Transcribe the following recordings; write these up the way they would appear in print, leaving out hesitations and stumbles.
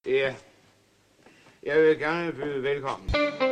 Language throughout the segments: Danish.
Ja, jeg vil gerne byde velkommen.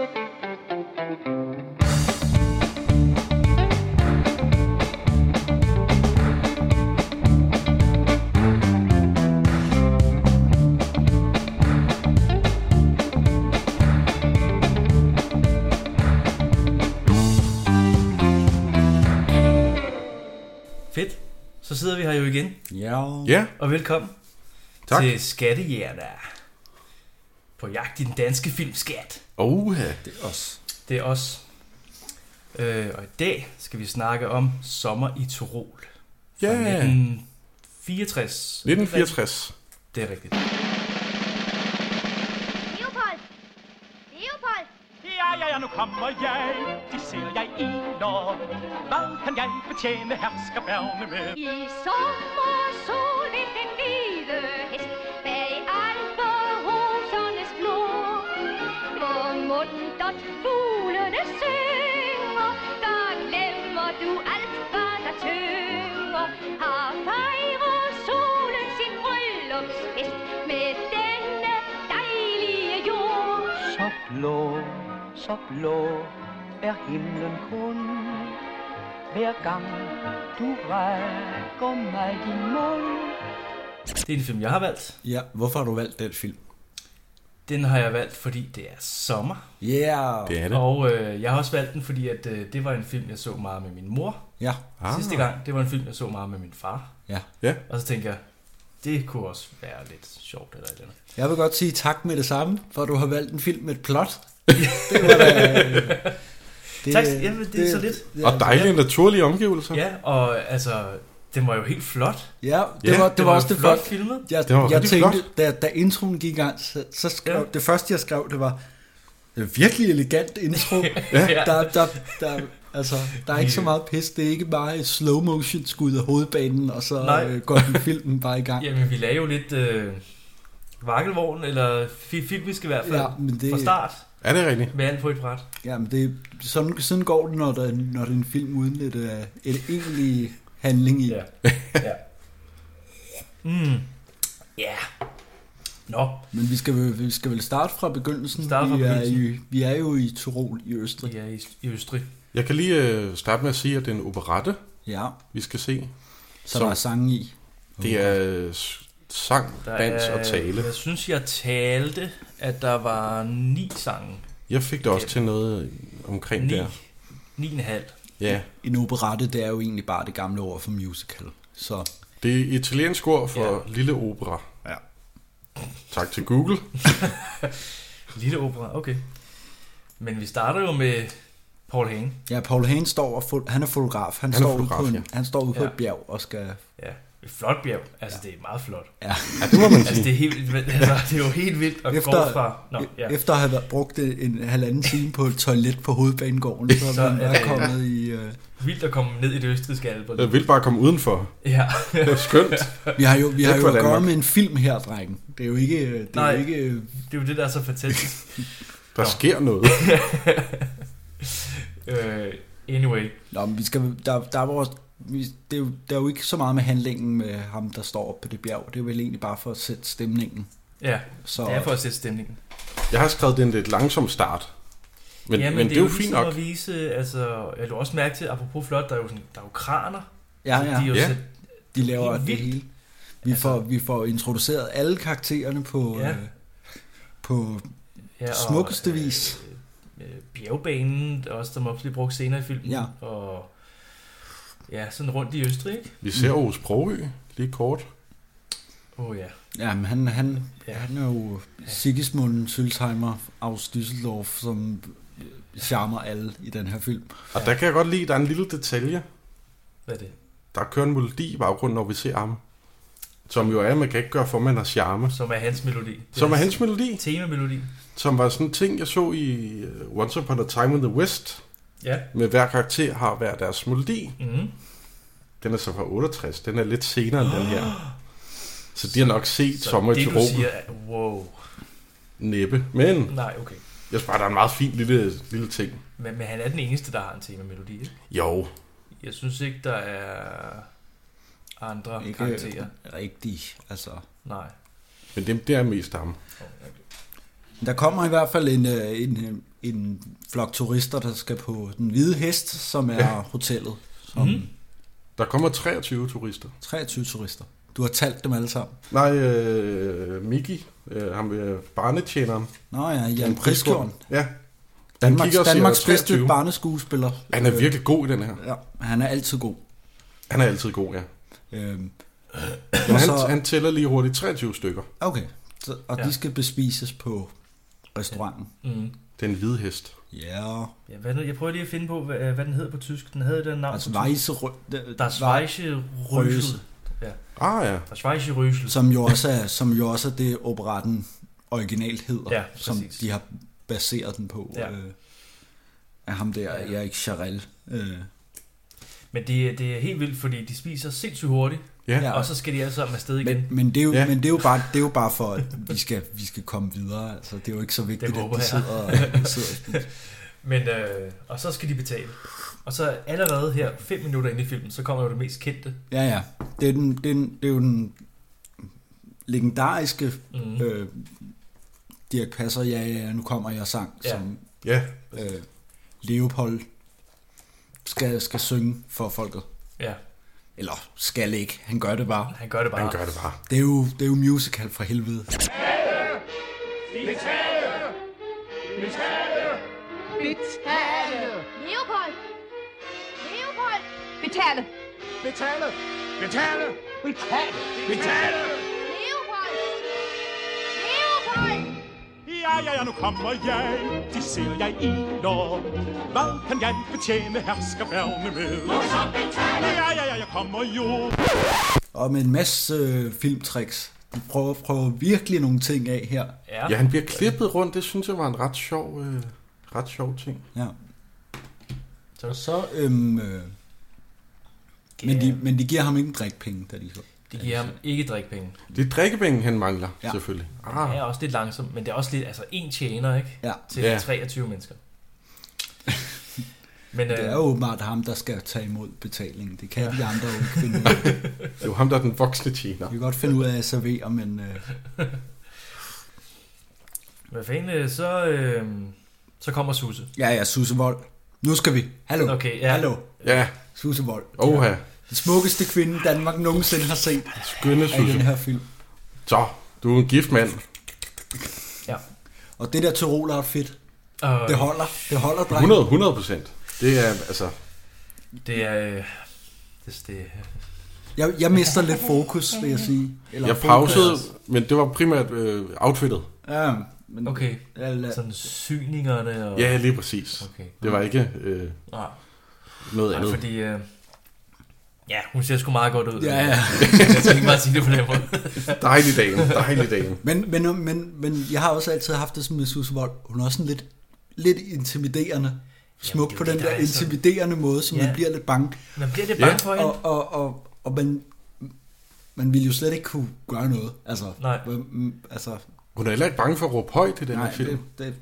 Fedt. Så sidder vi her jo igen. Ja. Og velkommen til Skattejægerne. På jagt i den danske filmskat. Det er os. Det er os. Og i dag skal vi snakke om Sommer i Tyrol. Fra 1964. 1964. Det er rigtigt. Ja, nu kommer jeg, de ser jeg iler. Hvad kan jeg betjene herskaberne med? I sommersolen den hvide hest, bag alperosernes flor. Hvor muntert fuglene synger, der glemmer du alt, hvad der tynger. Har fejrer solen sin bryllupsfest med denne dejlige jord. Så blå er himlen kun. Hver gang du rækker mig din mund. Det er en film, jeg har valgt. Ja, hvorfor har du valgt den film? Den har jeg valgt, fordi det er sommer. Yeah. Det er det. Og jeg har også valgt den, fordi at, det var en film, jeg så meget med min mor. Ja. Sidste gang, det var en film, jeg så meget med min far. Ja. Og så tænker jeg, det kunne også være lidt sjovt eller et eller andet. Jeg vil godt sige tak med det samme, for du har valgt en film med et plot. Det var da... Tak, jamen, det er så lidt. Og dejlige naturlige omgivelser. Ja, og altså, den var jo helt flot. Ja, det var også det flot første. filmet. Jeg tænkte, da introen gik i gang, så skrev, det første jeg skrev, det var en virkelig elegant intro. Der er ikke så meget pis. Det er ikke bare et slow motion skud af hovedbanen, og så går den filmen bare i gang. Jamen, vi lagde jo lidt vakkelvogn, eller filmisk i hvert fald, fra start. Er det rigtigt? Med alt på et bræt. Ja, men det sådan går det, når det er en film uden et egentlig handling i. Ja. Ja. Nå. Men vi skal vel starte fra begyndelsen. Vi er jo i Tyrol i Østrig. Vi er i Østrig. Jeg kan lige starte med at sige, at det er en operette, vi skal se. Så der er sange i. Det er sang, dans og tale. Jeg synes, jeg talte, at der var 9 sange. Jeg fik det også til noget omkring 9, der. 9,5. Ja. En operette, det er jo egentlig bare det gamle ord for musical. Så. Det er italiensk ord for lille opera. Ja. Tak til Google. Lille opera, okay. Men vi starter jo med Paul Hagen. Ja, Paul Hagen han er fotograf. Han står ude på et bjerg og skal... Ja, et flot bjerg. Altså, det er meget flot. Ja, det må man sige. Altså, det er jo helt vildt at gå fra... Efter at have brugt en halvanden time på et toilet på Hovedbanegården, så er man bare kommet i... Vildt at komme ned i det østrigske alber. Det er vildt bare at komme udenfor. Ja. Det er skønt. Vi har jo at gøre med en film her, drengen. Det er jo ikke... Det er jo det, der er så fantastisk. Der sker noget. Anyway. Nå, men der er jo ikke så meget med handlingen med ham, der står oppe på det bjerg. Det er vel egentlig bare for at sætte stemningen. Ja, det er for at sætte stemningen. Jeg har skrevet den lidt langsom start. Men det er jo fint nok. At vise, altså, jeg vil også mærke til, apropos flot, der er jo kraner. Ja. De laver det hele. Vi får introduceret alle karaktererne på smukkeste vis. Bjergbanen, også der må også blive brugt senere i filmen. Ja. Og sådan rundt i Østrig, ikke? Vi ser Aarhus Sprogø lige kort. Ja. Ja, men han er jo Sigismund Sølsheimer aus Düsseldorf, som charmer alle i den her film. Og der kan jeg godt lide, der er en lille detalje. Hvad er det? Der kører en melodi i baggrunden, når vi ser ham. Som jo er, man kan ikke gøre for, man har charme. Som er hans melodi. Som er hans melodi. Tema-melodi. Som var sådan en ting, jeg så i Once Upon a Time in the West. Ja. Med hver karakter har hver deres melodi. Mm-hmm. Den er så fra 68. Den er lidt senere end den her. Så de har nok set Sommer i Tyrol. Det du siger, wow. Næppe. Men nej, okay. Jeg synes bare, der er en meget fin lille ting. Men han er den eneste, der har en tema-melodi, ikke? Jo. Jeg synes ikke, der er andre karakterer. Rigtig, altså. Nej. Men det er mest ham. Der kommer i hvert fald en flok turister, der skal på den hvide hest, som er hotellet. Der kommer 23 turister. 23 turister. Du har talt dem alle sammen. Nej, Mickey, ham barnetjeneren. Nå ja, Jan Priskjorn. Ja. Danmarks bedste barneskuespiller. Han er virkelig god i den her. Ja, han er altid god. Han er altid god, ja. Men han tæller lige hurtigt 23 stykker. Okay, og de skal bespises på restauranten. Den hvide hest. Ja. Jeg prøver lige at finde på, hvad den hed på tysk. Den havde den navn Altså Das Weiche Rösel. Ja. Das Weiche Rösel. Som jo også er det operetten originalt hedder, ja, som de har baseret den på. Af ham der, Erik Charel. Men det er helt vildt, fordi de spiser sindssygt hurtigt. Ja. Og så skal de alle sammen afsted igen. Men det er jo bare for, at vi skal komme videre. Altså, det er jo ikke så vigtigt, at de sidder og spiser. Men, og så skal de betale. Og så allerede her, 5 minutter inde i filmen, så kommer jo det mest kendte. Ja. Det er jo den legendariske Dirch Passer, ja, nu kommer jeg sang, som Leopold skal synge for folket. Ja. Eller skal ikke. Han gør det bare. Det er jo musical for helvede. Betale! Leopold! Betale! Leopold! Ja, nu kommer jeg, de ser jeg iler. Hvad kan jeg betjene herskerværne med? Ja, jeg kommer jo. Og med en masse filmtricks. De prøver virkelig nogle ting af her. Ja, han bliver klippet rundt. Det synes jeg var en ret sjov ting. Ja. Så men de giver ham ikke drikpenge, da de så. De giver ham ikke drikpenge. Det er drikkepenge, han mangler, selvfølgelig. Det er også lidt langsomt, men det er også lidt, altså en tjener, ikke? Ja. Til 23 mennesker. Men, det er jo åbenbart ham, der skal tage imod betalingen. Det kan de andre jo ikke finde ud af. Det er jo ham, der er den voksne tjener. Vi kan godt finde ud af at servere, men... Hvad fanden, så kommer Susse. Ja, Susse Wold. Nu skal vi. Hallo. Okay, ja. Hallo. Ja. Susse Wold. Oha. Den smukkeste kvinde, Danmark nogensinde har set. Skønne Susse. I den her film. Så, du er en gift mand. Ja. Og det der Tyrol-outfit, det holder, dreng. 100%. Det er, altså... Det er... Jeg mister lidt fokus, vil jeg sige. Eller jeg pausede, men det var primært outfittet. Ja, men... Okay. Sådan syningerne og... Ja, lige præcis. Okay. Det var ikke noget andet. Fordi... Ja, hun ser sgu meget godt ud. Ja. Jeg skal ikke bare sige det på den måde. Dejlig dame. Men jeg har også altid haft det sådan med Susse Wold. Hun er også sådan lidt intimiderende. Smuk på den der intimiderende måde, så man bliver lidt bange. Man bliver lidt bange for hende. Og man ville jo slet ikke kunne gøre noget. Altså, nej. Altså, hun er heller ikke bange for at råbe højt i den her film.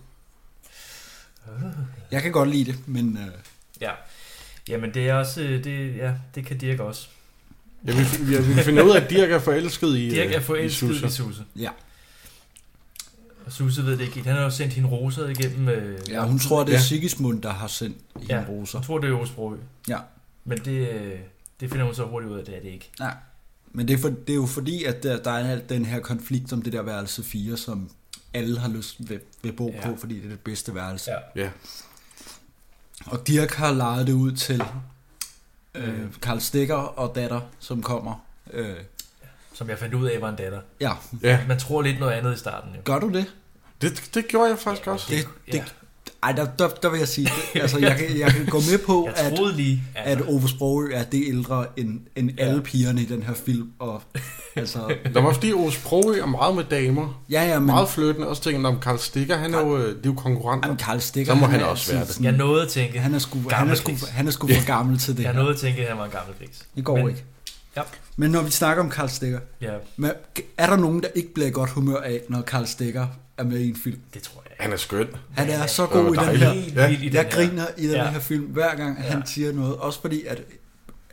Jeg kan godt lide det, men... Ja. Jamen det er også det kan Dirch også. Jeg vil finde ud af, at Dirch er forelsket i Dirch er forelsket i Susse. Ja. Og Susse ved det ikke. Han har jo sendt hende roser igennem. Ja, hun tror det er Sigismund, der har sendt hende roser. Hun tror det er Aage Sprogøe. Ja. Men det finder hun så hurtigt ud af, det er det ikke. Nej. Men det er jo fordi, at der er den her konflikt om det der værelse 4, som alle har lyst ved bo på, fordi det er det bedste værelse. Ja. Og Dirch har lejet det ud til Karl Stikker og datter, som kommer. Som jeg fandt ud af, var en datter. Ja. Man tror lidt noget andet i starten. Jo. Gør du det? Det gjorde jeg faktisk også. Der vil jeg sige, altså jeg kan gå med på, at Ove Sprogøe er det ældre end alle pigerne i den her film. Og, altså, der var fordi Ove Sprogøe er meget med damer. Ja, men... Meget flirtende. Også tænker om Karl Stikker, det er jo konkurrenter. Jamen, Karl Stikker, så må han også være det. Jeg nåede at tænke, han er sgu for gammel til det. Jeg nåede at tænke, at han var en gammel gris. Det går ikke. Ja. Men når vi snakker om Karl Stikker, er der nogen, der ikke bliver i godt humør af, når Karl Stikker er med i en film? Det tror jeg. Han er skøn. Han er så god i den her. Jeg griner i den her film, hver gang han siger noget. Også fordi, at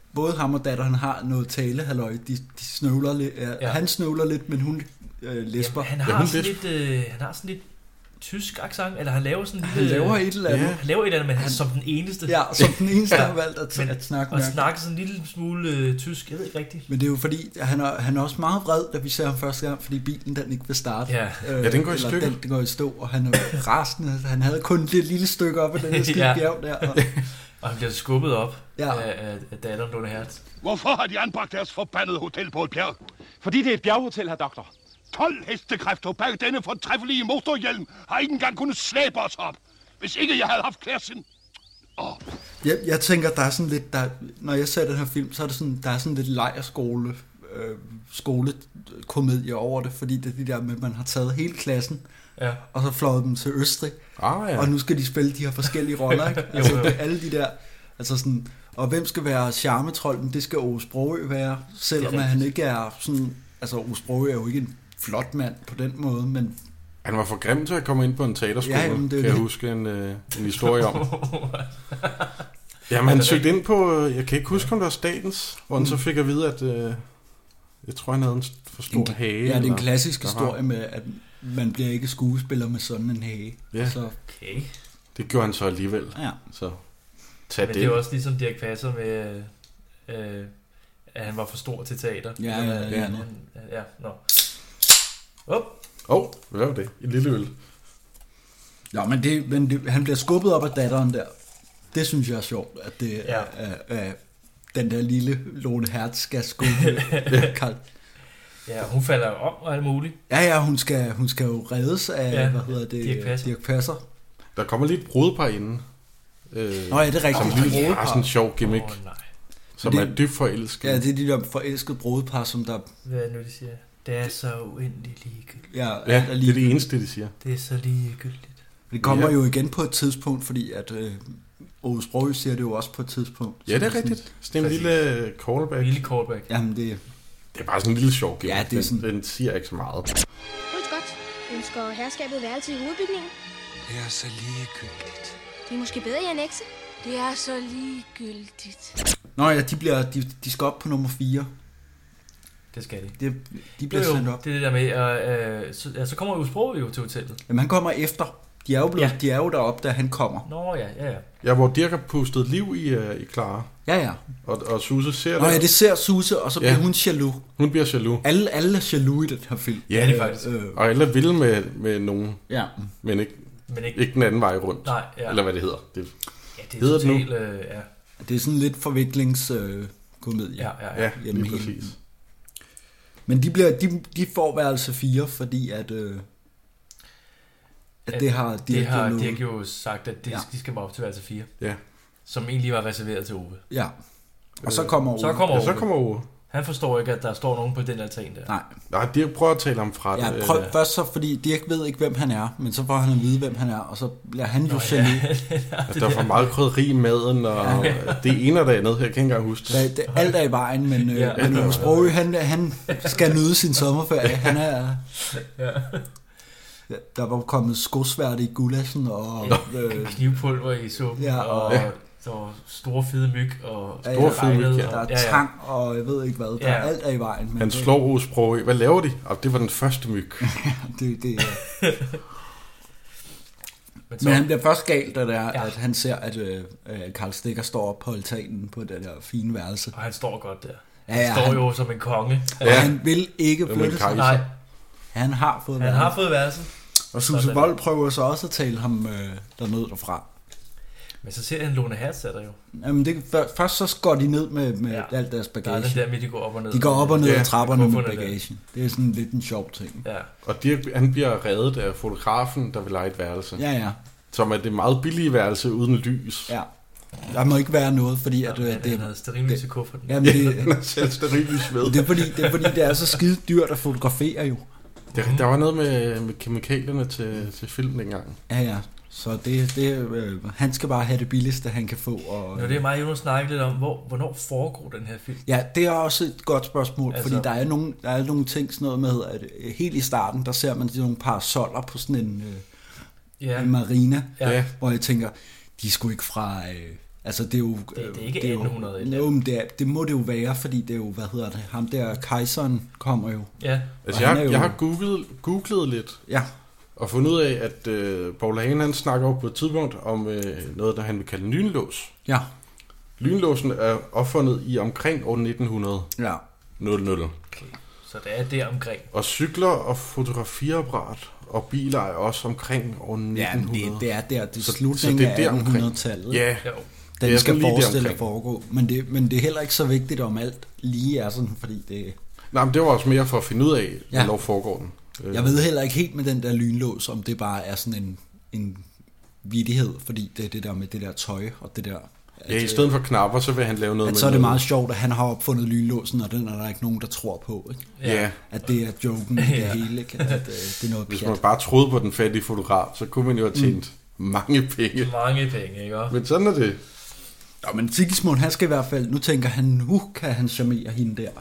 både ham og datteren har noget talehalløj. De snøvler lidt. Ja. Han snøvler lidt, men hun læsper. Jamen, han har sådan lidt tysk accent, eller han laver sådan han laver et eller andet. Han laver et eller andet, men som den eneste. Ja, som den eneste har valgt at snakke med. Og snakke sådan en lille smule tysk, jeg ved ikke rigtigt. Men det er jo fordi, han er også meget vred, da vi ser ham første gang, fordi bilen den ikke vil starte. Ja, den går i stykker. Den går i stå, og han er rasende. Han havde kun et lille stykke op af den her skide bjerg der. Og han bliver skubbet op af datteren Lone Hertz. Hvorfor har de anbragt deres forbandede hotel på et bjerg? Fordi det er et bjerghotel, herr doktor. 12 hestekræfter bag denne fortræffelige motorhjelm har ikke engang kunnet slæbe os op. Hvis ikke jeg havde haft klærsind. Jeg tænker, der er sådan lidt, når jeg ser den her film, så er det sådan, der er sådan lidt lejrskole, skolekomedie over det, fordi det er de der med, at man har taget hele klassen, og så fløjet dem til Østrig, og nu skal de spille de her forskellige roller, ikke? Altså, det er alle de der, altså sådan, og hvem skal være charmetrolden? Det skal Ove Sprogøe være, selvom han ikke er sådan, altså Ove Sprogøe er jo ikke en flot mand på den måde, men han var for grim til at komme ind på en teaterskole, kan jeg huske en historie om. Jamen, han søgte ind på, jeg kan ikke huske, om det var Statens, hvor han så fik at vide, at jeg tror, han havde en for stor hage. Ja, det er en klassisk historie med, at man bliver ikke skuespiller med sådan en hage. Ja, så. Okay. Det gjorde han så alligevel. Ja. Så men det er også ligesom Dirch Passer med, at han var for stor til teater. Ja. Hvad var det? En lille øl. Ja, men han bliver skubbet op af datteren der. Det synes jeg er sjovt, at det er den der lille Lone Hertz skal skubbe Karl. Ja, hun falder om og alt muligt. Ja, hun skal jo reddes af, Dirch Passer. Der kommer lige et brudepar inden. Nå ja, det er rigtigt. Det er sådan en sjov gimmick. Som er dybt forelsket. Ja, det er de der forelskede brudepar, som der... Hvad er det nu, de siger? Det er så uendeligt ligegyldigt. Ja, det er det eneste, de siger. Det er så ligegyldigt. Det kommer jo igen på et tidspunkt, fordi at Ove Sprogøe siger det jo også på et tidspunkt. Ja, det er rigtigt. Så det er en lille callback. Jamen, det er bare sådan en lille sjov gimmick. Ja, det er sådan... Den siger ikke så meget. Husk godt. Ønsker herskabet værelse i hovedbygningen? Det er så ligegyldigt. Det er måske bedre i annekse. Det er så ligegyldigt. Nå ja, de skal op på nummer 4. Det skal de. De bliver sendt op. Det er det der med, så kommer jo Sprogøe jo til hotellet. Jamen han kommer efter. De er jo deroppe, da han kommer. Nå ja. Ja, hvor Dirch har pustet liv i Clara. Ja. Og Susse ser det. Nå ja, det ser Susse, og så bliver hun jaloux. Hun bliver jaloux. Alle er jaloux i den her film. Ja, det er faktisk. Og alle er vilde med nogen. Ja. Men ikke den anden vej rundt. Nej, ja. Eller hvad det hedder. Det er hedder totalt, Det er sådan lidt forviklingskomedie. Ja, lige præcis. Men de får værelse 4, fordi at det har Dirch jo sagt, at de skal bare op til værelse 4. Ja. Som egentlig var reserveret til Ove. Ja. Og så kommer Ove. Så kommer Ove. Han forstår ikke, at der står nogen på den altan der. Nej, Dirch prøver at tale ham fra det. Ja, først så, fordi Dirch ved ikke, hvem han er, men så får han at vide, hvem han er, og så bliver han jo jaloux. Der er for meget krydderi i maden, og det ene og det andet, jeg kan ikke engang huske det. Alt er i vejen, men Ove Sprogøe, han skal nyde sin sommerferie. Han er... Der var kommet skosværte i gulaschen, og... knivpulver i suppen, og... Der var store fede myg, og store fede myg, der er tang, og jeg ved ikke hvad, der alt er i vejen. Men han slår Ove Sprogøe. Hvad laver de? Og det var den første myg. det Men han bliver først galt, da det er, at han ser, at Karl Stikker står op på altanen på det der fine værelse. Og han står godt der. Ja, han står jo som en konge. Og han vil ikke flytte sig. Nej. Han har fået værelse. Og Susse Wold prøver så også at tale ham derned derfra. Men så ser han Lone Hertz der jo. Jamen først så går de ned med alt deres bagage. Der er den der med, de går op og ned. De går op og ned ad trapperne med bagagen. Det er sådan lidt en sjov ting. Ja. Og han bliver reddet af fotografen, der vil leje et værelse. Ja. Som er det meget billige værelse uden lys. Ja. Der må ikke være noget, fordi at han havde stearinlys i kufferten. Jamen han har selv stearinlys ved. Det er fordi det er så skide dyrt at fotografere jo. Der var noget med kemikalierne til filmen engang. Ja. Så han skal bare have det billigste, han kan få. Og, det er meget, jo snakke lidt om, hvornår foregår den her film? Ja, det er også et godt spørgsmål, fordi der er nogle ting, sådan noget med, at helt i starten, der ser man nogle parasoller på sådan en marina, hvor jeg tænker, de skulle ikke fra... Altså det er jo... Det er ikke 1800. Det må det jo være, fordi det er jo, ham der, kejseren kommer jo. Ja. Altså jeg har googlet lidt. Ja. Og fundet ud af, at Paul Hagen, han snakker jo på et tidspunkt om noget, der han vil kalde lynlås. Ja. Lynlåsen er opfundet i omkring år 1900. Ja. 00. Okay. Så det er der omkring. Og cykler og fotografiapparat og biler er også omkring år 1900. Ja, det er der. Det er slutningen af 1800-tallet. Ja. Den skal forestille at foregå. Men det er heller ikke så vigtigt, om alt lige er sådan, fordi det... Nej, men det var også mere for at finde ud af, hvornår foregår den. Jeg ved heller ikke helt med den der lynlås, om det bare er sådan en vittighed, fordi det er det der med det der tøj og det der... Ja, i stedet for knapper, så vil han lave noget med... Så er det meget sjovt, at han har opfundet lynlåsen, og den er der ikke nogen, der tror på. Ikke? Ja. At det er joken i det hele, ikke? At det er noget pjat. Hvis man bare troede på den fattige fotograf, så kunne man jo have tjent mange penge. Mange penge, ikke? Men sådan er det. Ja, men Sigismund, han skal i hvert fald... Nu tænker han, nu kan han charmere hende der.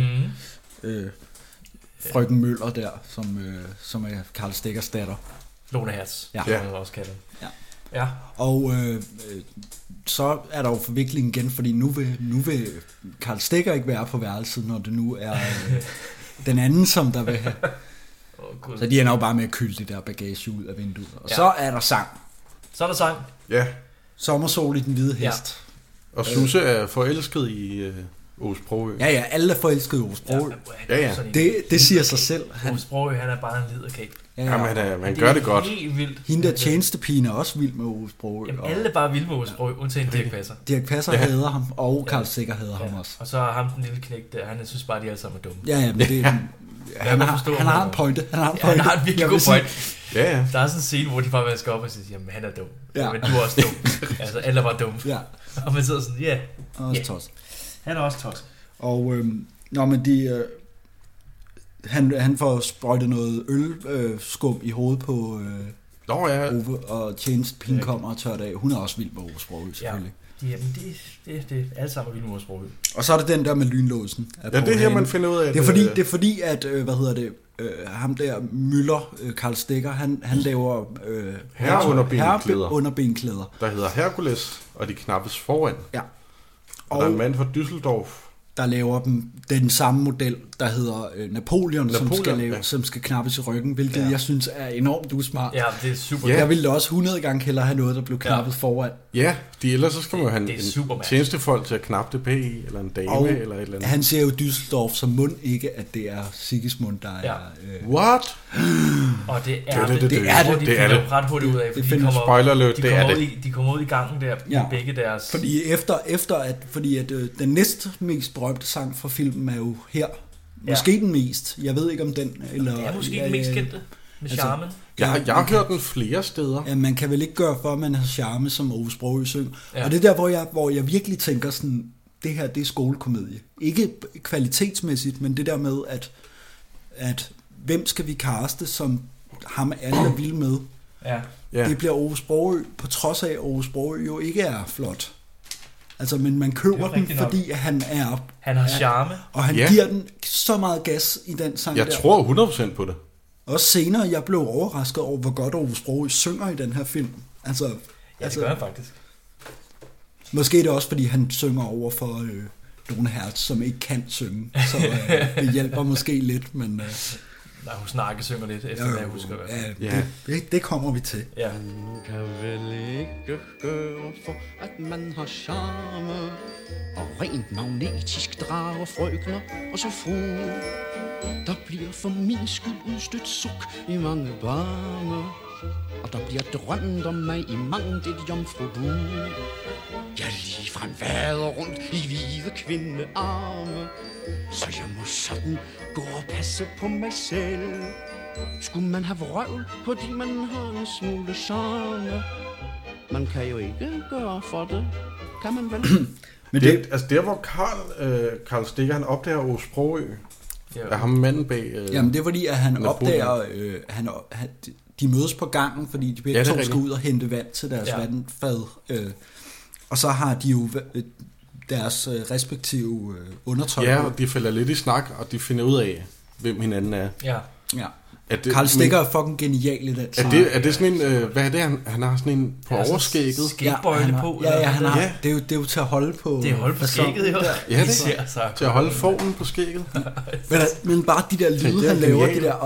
Frøken Møller der, som er Karl Stikkers datter. Lone Hertz, som man også kalder. Ja. Og så er der jo forvikling igen, fordi nu vil Karl Stikker ikke være på værelset, når det nu er den anden, som der vil have. Så de ender jo bare med at kylde det der bagage ud af vinduet. Og så er der sang. Ja. Sommersol i den hvide hest. Ja. Og Susse er forelsket i Ove Sprogøe. Ja, alle er forelsket i Ove Sprogøe. Ja. Det siger sig selv. Ove Sprogøe, han er bare en liderkæb. Ja, man gør det godt. Helt vildt. Hende der tjenestepigen er også vild med Ove Sprogøe. Jamen, alle er bare vilde med Ove Sprogøe, undtagen Dirch Passer. Dirch Passer hader ham, og Karl Stikker hader ham også. Og så er ham den lille knægt der, han synes bare, de alle sammen er dumme. Ja, men det han har en pointe. Han har en virkelig god point. Ja. Der er sådan en scene, hvor de bare vasker op og siger, jamen han er dum. Ja. Men du er også dum. Altså alle er bare dumme. Ja. Og man sidder sådan, ja. Også tos. Han er også tos. Og men han får sprøjtet noget ølskum i hovedet på Ove, og tjenestepigen kommer og tør det af. Hun er også vild med Ove Sprogøe, selvfølgelig. Jamen, det er alle sammen vild med Ove Sprogøe. Og så er det den der med lynlåsen. Ja, det er her, man finder ud af. Det er fordi at, ham der Møller, Karl Stikker, han laver herreunderbenklæder. Der hedder Herkules, og de knappes foran. Ja. Og der er en mand fra Düsseldorf, der laver dem den samme model, der hedder Napoleon. Som skal knappes i ryggen, hvilket jeg synes er enormt usmart. Ja, det er super. Jeg ville også 100 gange hellere have noget, der blev knappet foran. Ja, ellers så skal man jo have en tjenestefolk til at knappe det bag, eller en dame, og eller et eller andet. Han ser jo Düsseldorf som mund ikke, at det er Sigismund, der er... What? Og det er det. De finder ret hurtigt ud af, fordi de kommer ud i gangen der, i begge deres... Fordi at den næste mest berømte sang fra filmen er jo her. Måske den mest. Jeg ved ikke om den... Eller, det er måske den mest kendte med charmen. Jeg har hørt den flere steder. Ja, man kan vel ikke gøre for, at man har charme, som Ove Sprogøe synger. Ja. Og det er der, hvor jeg virkelig tænker sådan, det her, det er skolekomedie. Ikke kvalitetsmæssigt, men det der med, at hvem skal vi kaste, som ham alle er vilde med. Ja. Det bliver Ove Sprogøe, på trods af, at Ove Sprogøe jo ikke er flot. Altså, men man køber den, fordi han har charme. Og han giver den så meget gas i den sang Jeg tror 100% på det. Også senere, jeg blev overrasket over, hvor godt Ove Sprogøe synger i den her film. Altså, det gør han faktisk. Måske er det også, fordi han synger over for Lone Hertz, som ikke kan synge. Så det hjælper måske lidt, men... Nej, hun synger lidt, efter hvad jeg husker. Det kommer vi til. Ja. Man kan vel ikke gøre for, at man har charme, og rent magnetisk drager frøkner og så fru. Der bliver for min skyld udstødt suk i mange barme, og der bliver drømt om mig i mangt et jomfrubu. Jeg ligefrem vader rundt i hvide kvindearme, så jeg må sådan gå og passe på mig selv. Skulle man have vrøvl, fordi man har en smule charme? Man kan jo ikke gøre for det, kan man vel? Men det, altså der hvor Karl Stikker, han opdager Ove Sprogøe, er ham manden bag... Jamen det er fordi, at han opdager... de mødes på gangen, fordi de begge to skal ud og hente vand til deres vandfad. Og så har de jo deres respektive undertøj. Ja, og de falder lidt i snak, og de finder ud af, hvem hinanden er. Ja. Carl Stikker er fucking genial i den. Er det sådan en, hvad er det, han har sådan en på overskægget? Skægbøjle på? Ja, han har, det er jo til at holde på... Det er holde på skægget, jo. Ja, det er til at holde formen på skægget. men bare de der lyde, han laver, de der,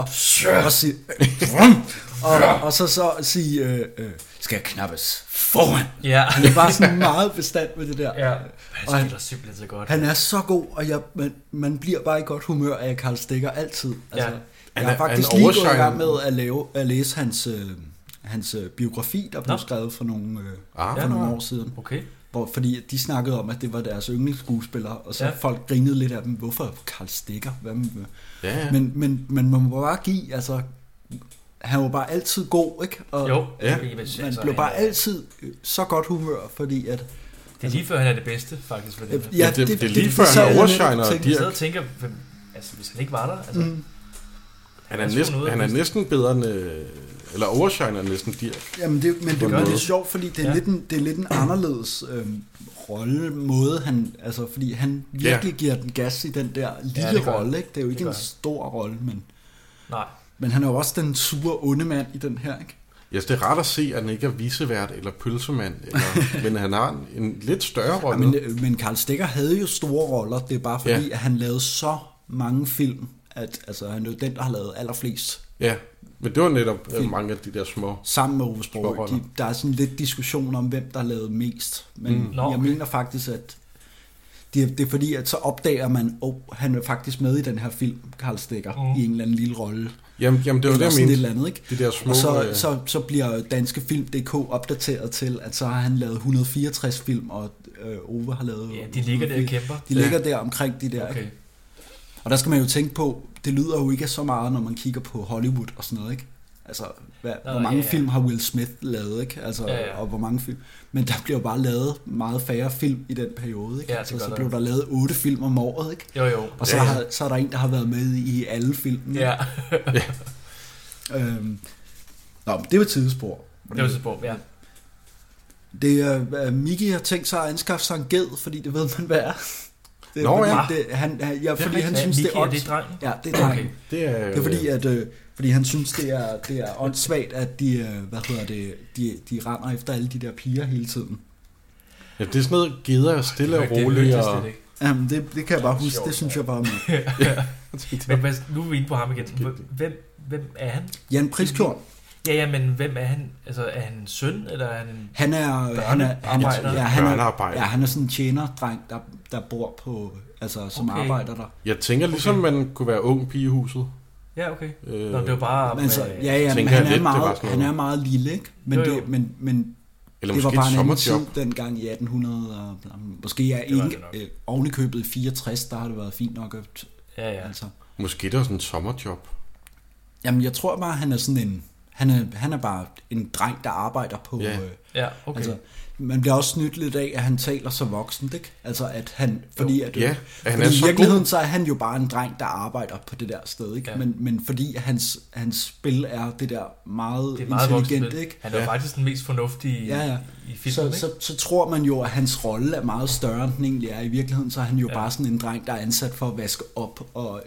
og så sige, skal jeg knappes foran. Ja. Han er bare sådan meget bestandt med det der. Ja, han spiller simpelthen så godt. Han er så god, og man bliver bare i godt humør af Carl Stikker altid. Altså, jeg har faktisk lige gået i gang med at læse hans biografi, der blev skrevet for nogle år siden. Okay. Fordi de snakkede om, at det var deres yndlingsskuespillere, og så folk grinede lidt af dem. Hvorfor Carl Stikker? Men man må bare give, altså... Han var bare altid god, ikke? Og man blev bare altid så godt humør, fordi at... Det er lige før han er det bedste, faktisk. For det. Ja, det er lige før han overshiner Dirch. Jeg sidder og tænker, hvis han ikke var der... Altså, han er næsten bedre end... Eller overshiner næsten Dirch. Jamen, det gør det sjovt, fordi det er lidt en anderledes rollemåde, fordi han virkelig giver den gas i den der lille rolle, ikke? Det er jo ikke en stor rolle, men... Nej. Men han er jo også den sure onde mand i den her, ikke? Ja, det er rart at se, at han ikke er visevært eller pølsemand, men han har en lidt større rolle. Ja, men Carl Stikker havde jo store roller, det er bare fordi, at han lavede så mange film, at han er jo den, der har lavet allerflest. Ja, men det var netop mange af de der små... Sammen med Ove Sprogøe. Der er sådan lidt diskussion om, hvem der har lavet mest. Men jeg mener faktisk, at det er fordi, at så opdager man, han er faktisk med i den her film, Carl Stikker, i en eller anden lille rolle. Jamen det var det, jeg mente. Et eller andet, ikke? De der små, og så bliver Danske Film.dk opdateret til, at så har han lavet 164 film, og Ove har lavet... Ja, de ligger der og kæmper. De ligger der omkring de der, ikke? Og der skal man jo tænke på, det lyder jo ikke så meget, når man kigger på Hollywood og sådan noget, ikke? Altså, hvor mange film har Will Smith lavet, ikke? Altså, og hvor mange film... Men der bliver jo bare lavet meget færre film i den periode, ikke? Ja, så blev der lavet 8 film om året, ikke? Jo. Og så er der en, der har været med i alle filmene. Ja. Det var Tidespor. Det var Tidespor, ja. Det er, Mickey har tænkt sig at anskaffe sig en ged, fordi det ved man, hvad er. Fordi han synes, det er dreng. Ja, det er dreng. Det er fordi fordi han synes, det er åndssvagt, at de render efter alle de der piger hele tiden. Ja, det er sådan noget geder stille og roligt. Jamen, det kan jeg bare huske. Det synes jeg bare med. Men nu er vi inde på ham igen. Hvem er han? Jan Priskjorn. Ja, men hvem er han? Altså, er han en søn, eller er han en børnearbejder? Han er sådan en tjenerdreng, der bor på, som arbejder der. Jeg tænker ligesom, man kunne være ung pige i huset. Ja, okay. Det var bare... Men han er meget lille, ikke? Men det var bare en anden tid dengang i 1800, og måske ovenikøbet i 64, der har det været fint nok. Ja. Altså. Måske det var sådan en sommerjob. Jamen, jeg tror bare, han er sådan en... Han er bare en dreng, der arbejder på... Ja, okay. Altså, man bliver også snydt lidt af, at han taler så voksent, ikke? Altså, at han... Fordi i virkeligheden, så er han jo bare en dreng, der arbejder på det der sted, ikke? Ja. Men fordi hans spil er det der meget intelligent, ikke? Han er faktisk den mest fornuftige i filmen, så tror man jo, at hans rolle er meget større, end den egentlig er. I virkeligheden, så er han jo bare sådan en dreng, der er ansat for at vaske op og,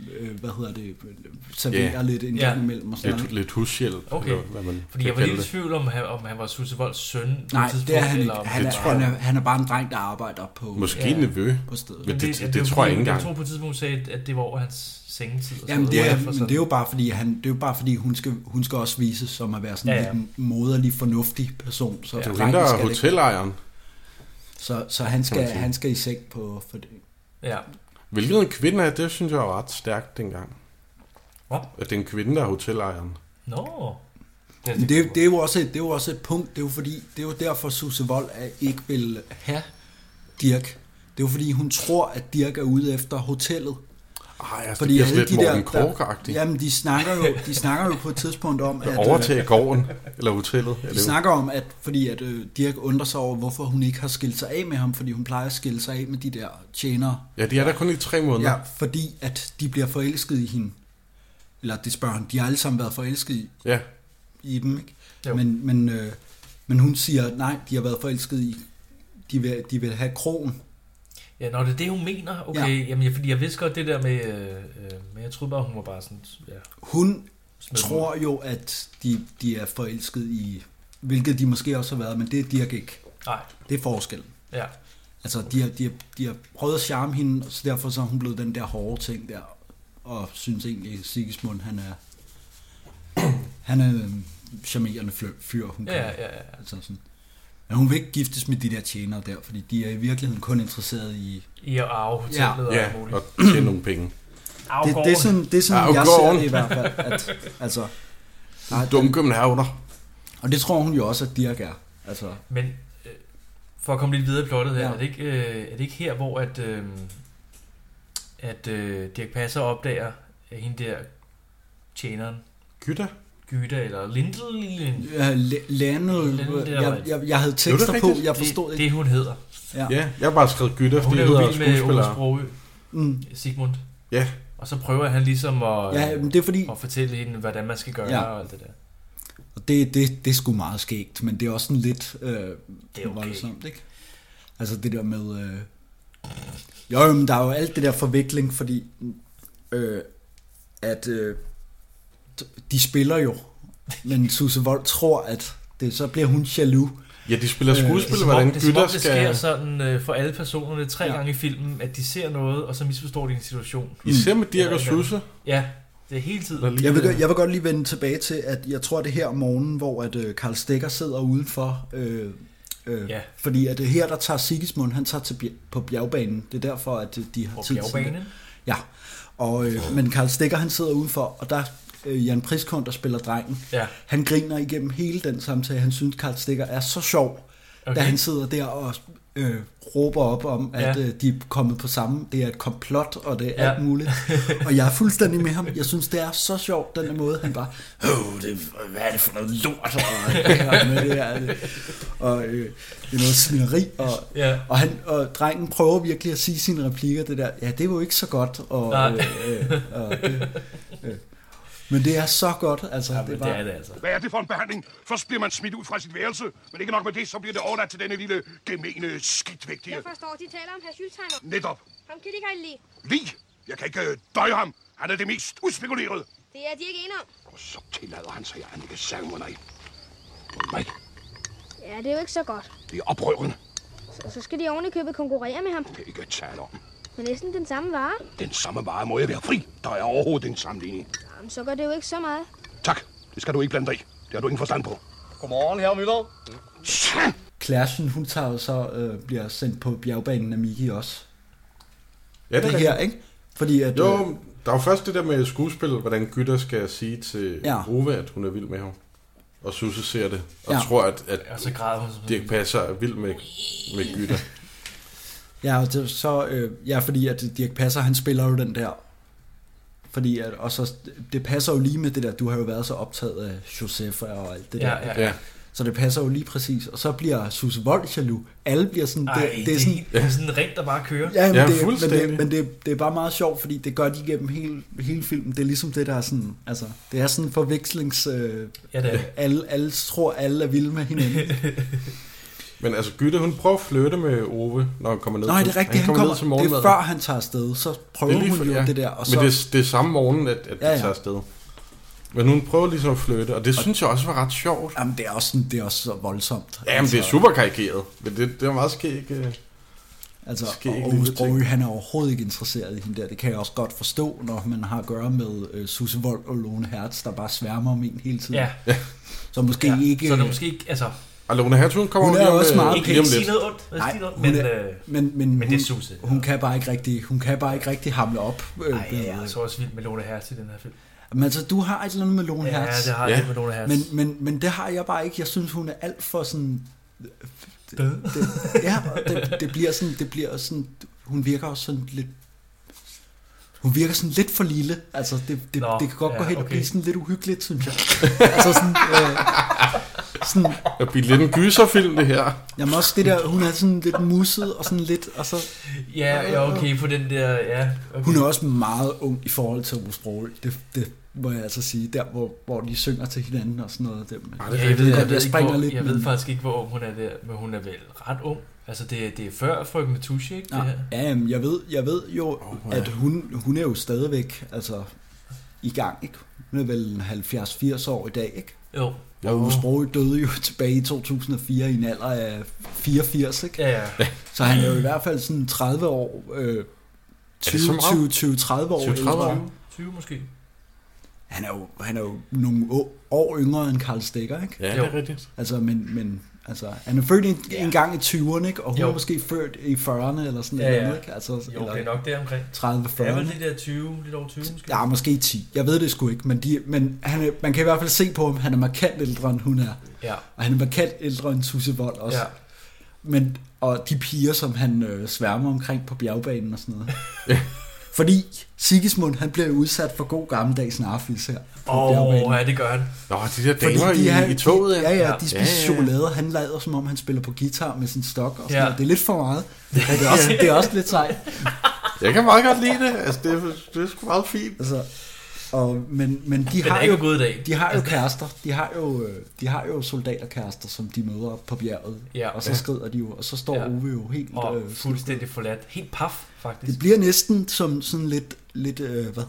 servere lidt en gang imellem. Og sådan lidt hushjælp. Okay, fordi jeg var lidt i tvivl om han var Susse Volds søn. Nej, det er han ikke. Han er bare en dreng, der arbejder på... Måske en nevø. På stedet. Men det tror jeg ikke engang. Jeg tror på et tidspunkt sagde, at det var over hans sengetid. Jamen, det er jo bare fordi, hun skal også vises som at være sådan en moderlig, fornuftig person. Så det er hende, der er hotelejeren. Så han skal i seng for det. Ja. Hvilket en kvinde er, det synes jeg var ret stærkt dengang. Hvad? At det er en kvinde, der er hotelejeren. Nå. Det er jo også et punkt. Det er jo derfor Susse Wold ikke vil have Dirch. Det er jo fordi hun tror, at Dirch er ude efter hotellet. Fordi det bliver lidt Morten Korch-agtigt. Jamen, de snakker jo på et tidspunkt om at overtage gården eller hotellet. De snakker om at Dirch undrer sig over, hvorfor hun ikke har skilt sig af med ham, fordi hun plejer at skille sig af med de der tjenere. Ja, de er der kun i 3 måneder. Ja, fordi at de bliver forelsket i hende. Eller det spørger han. De har alle sammen været forelsket i dem, ikke? Men hun siger, nej, de har været forelsket i. De vil have krogen. Ja, når det er det, hun mener. Okay, jamen, fordi jeg vidste godt det der med... men jeg troede bare, hun var bare sådan... Ja. Hun tror jo, at de er forelsket i, hvilket de måske også har været, men det er Dirch ikke. Nej. Det er forskellen. Ja. Altså, de har prøvet at charme hende, så derfor så er hun blevet den der hårde ting der, og synes egentlig, at Sigismund, han er en charmerende fyr, hun kan. Ja. Altså sådan. Men hun vil ikke giftes med de der tjenere der, fordi de er i virkeligheden kun interesseret i at arve hotellet og alt muligt. Og tjene nogle penge. Det er sådan jeg ser det i hvert fald. At, altså, dumkøbenhavner. Og det tror hun jo også, at Dirch er. Altså. Men for at komme lidt videre i plottet her, er det ikke her, hvor at Dirch Passer opdager hende der tjeneren? Gyda eller Lindel? Jeg havde tekster på, jeg forstod ikke. Det hun hedder. Ja, jeg har bare skrevet Gyda, fordi hun hedder skuespiller. Hun er jo vild med Ove Sprogøe, Sigmund. Ja. Og så prøver han ligesom det er fordi, at fortælle hende, hvordan man skal gøre og alt det der. Og det er sgu meget skægt, men det er også sådan lidt det er okay. voldsomt, ikke? Altså det der med... Jo, men der er jo alt det der forvikling, fordi at de spiller jo, men Susse Wold tror, at så bliver hun jaloux. Ja, de spiller skuespil, hvordan Gyda skal... Det sker sådan for alle personerne 3 gange i filmen, at de ser noget, og så misforstår de en situation. Især med Dirch og Susse. Ja, det er hele tiden. Jeg vil godt lige vende tilbage til, at jeg tror, det her om morgenen, hvor at Karl Stikker sidder udenfor. Fordi at her, der tager Sigismund, han tager på bjergbanen. Det er derfor, at de har tid til det. Ja, men Karl Stikker, han sidder udenfor, og der Jan Priskund, der spiller drengen, han griner igennem hele den samtale. Han synes, Karl Stikker er så sjov, da han sidder der og råber op om, at de er kommet på samme. Det er et komplot, og det er alt muligt. Og jeg er fuldstændig med ham. Jeg synes, det er så sjovt, den måde, han bare, hvad er det for noget lort? Og det er noget svineri. Og drengen prøver virkelig at sige sine replikker, det der, det er jo ikke så godt. Men det er så godt, altså. Ja, det er det altså. Hvad er det for en behandling? Først bliver man smidt ud fra sit værelse, men ikke nok med det, så bliver det overladt til denne lille gemene skidtvægtige. Jeg forstår, de taler om Herr Schultheimer. Netop. Ham kan de ikke have lide. Lige? Jeg kan ikke døje ham. Han er det mest udspekulerede. Det er de ikke enige om. Og så tillader han sig at anlægge sag mod mig. Ja, det er jo ikke så godt. Det er oprørende. Så skal de ordentligt købe konkurrere med ham. Det er ikke tale om. Men næsten den samme vare. Den samme vare må jeg være fri. Der er overhovedet ingen sammenligning. Jamen, så gør det jo ikke så meget. Tak. Det skal du ikke blande dig i. Det har du ingen forstand på. Godmorgen, herre Müller. Klærsen, hun tager så bliver sendt på bjergbanen af Miki også. Ja, det her, ikke? Fordi at, jo, der er jo først det der med skuespil, hvordan Gyda skal sige til Ove, at hun er vild med ham. Og Susse ser det, og tror, at så græder hun. Dirch Passer er vild med Gyda. Fordi at Dirch Passer, han spiller jo den der. Fordi at, og så, det passer jo lige med det der, du har jo været så optaget af Joseph og alt det der. Ja. Så det passer jo lige præcis. Og så bliver Susse Wold jaloux. Alle bliver sådan... Det er sådan en ring, der bare kører. Ja, men det er bare meget sjovt, fordi det gør de igennem hele filmen. Det er ligesom det, der er sådan... Altså, det er sådan en forvekslings... alle tror, alle er vilde med hinanden. Men altså, Gyda, hun prøver at flytte med Ove, når han kommer ned. Nej, det er rigtigt. Han kommer ned det er før han tager afsted. Så prøver hun jo det der. Og så... Men det er samme morgen, at de tager afsted. Men hun prøver ligesom at flytte, og det synes jeg også var ret sjovt. Jamen, det er også så voldsomt. Jamen, det er super karikeret, men det er meget skæg. Altså, Ove Sprogøe, han er overhovedet ikke interesseret i hende der. Det kan jeg også godt forstå, når man har at gøre med Susse Wold og Lone Hertz, der bare sværmer om en hele tiden. Ja. Så måske ikke... Så det måske ikke... Altså... Og Lone Hertz, hun kommer hun er også meget pæn. Ikke sige noget ondt, men det er Susse. Hun kan bare ikke rigtig hamle op. Nej, jeg er så også vild med Lone Hertz i den her film. Men altså, du har et eller andet med Lone Hertz. Ja, det har jeg med Lone Hertz. Men det har jeg bare ikke. Jeg synes, hun er alt for sådan... Det bliver sådan... Hun virker også sådan lidt... Hun virker sådan lidt for lille. Altså, det kan godt gå hen og blive sådan lidt uhyggeligt, synes jeg. Altså sådan... sådan det bliver lidt en gyserfilm, det her. Jamen også det der, hun er sådan lidt musset og sådan lidt, og så... Ja, okay, på den der, ja. Okay. Hun er også meget ung i forhold til Ove Sprogøe. Det må jeg altså sige. Der, hvor de synger til hinanden og sådan noget. Jeg ved faktisk ikke, hvor ung hun er der, men hun er vel ret ung. Altså, det er før Frøken Matusche, ikke? Ja, jeg ved jo, at hun er jo stadigvæk, altså... i gang, ikke? Hun er vel 70-80 år i dag, ikke? Jo. Og Ove Sprogøe døde jo tilbage i 2004 i en alder af 84, ikke? Ja. Så han er jo i hvert fald sådan 30 år, 20-30 år ældre. 20 måske. Han er jo nogle år yngre end Karl Stikker, ikke? Ja, det er rigtigt. Altså, men han er født en gang i 20'erne, ikke? Og hun er måske født i 40'erne eller sådan noget, ikke? Altså, jo, eller det er nok det omkring. 30-40. Ja, vel det der 20, lidt over 20 måske? Ja, måske 10. Jeg ved det sgu ikke, men man kan i hvert fald se på ham, han er markant ældre, end hun er. Ja. Og han er markant ældre end Susse Wold også. Ja. Og de piger, som han sværmer omkring på bjergbanen og sådan noget. Fordi Sigismund, han bliver udsat for god gammeldags narfis her. Ja, det gør han. Nå, de der damer i toget. Ja, de spiser chokolade. Han lader som om, han spiller på guitar med sin stok og sådan noget. Det er lidt for meget. Det er også lidt sejt. Jeg kan meget godt lide det. Altså, det er sgu meget fint. Altså, men de har jo kærester. De har jo soldaterkærester, som de møder op på bjerget. Ja, og så skrider de jo, og så står Ove jo helt fuldstændig forladt. Helt paf, faktisk. Det bliver næsten som sådan lidt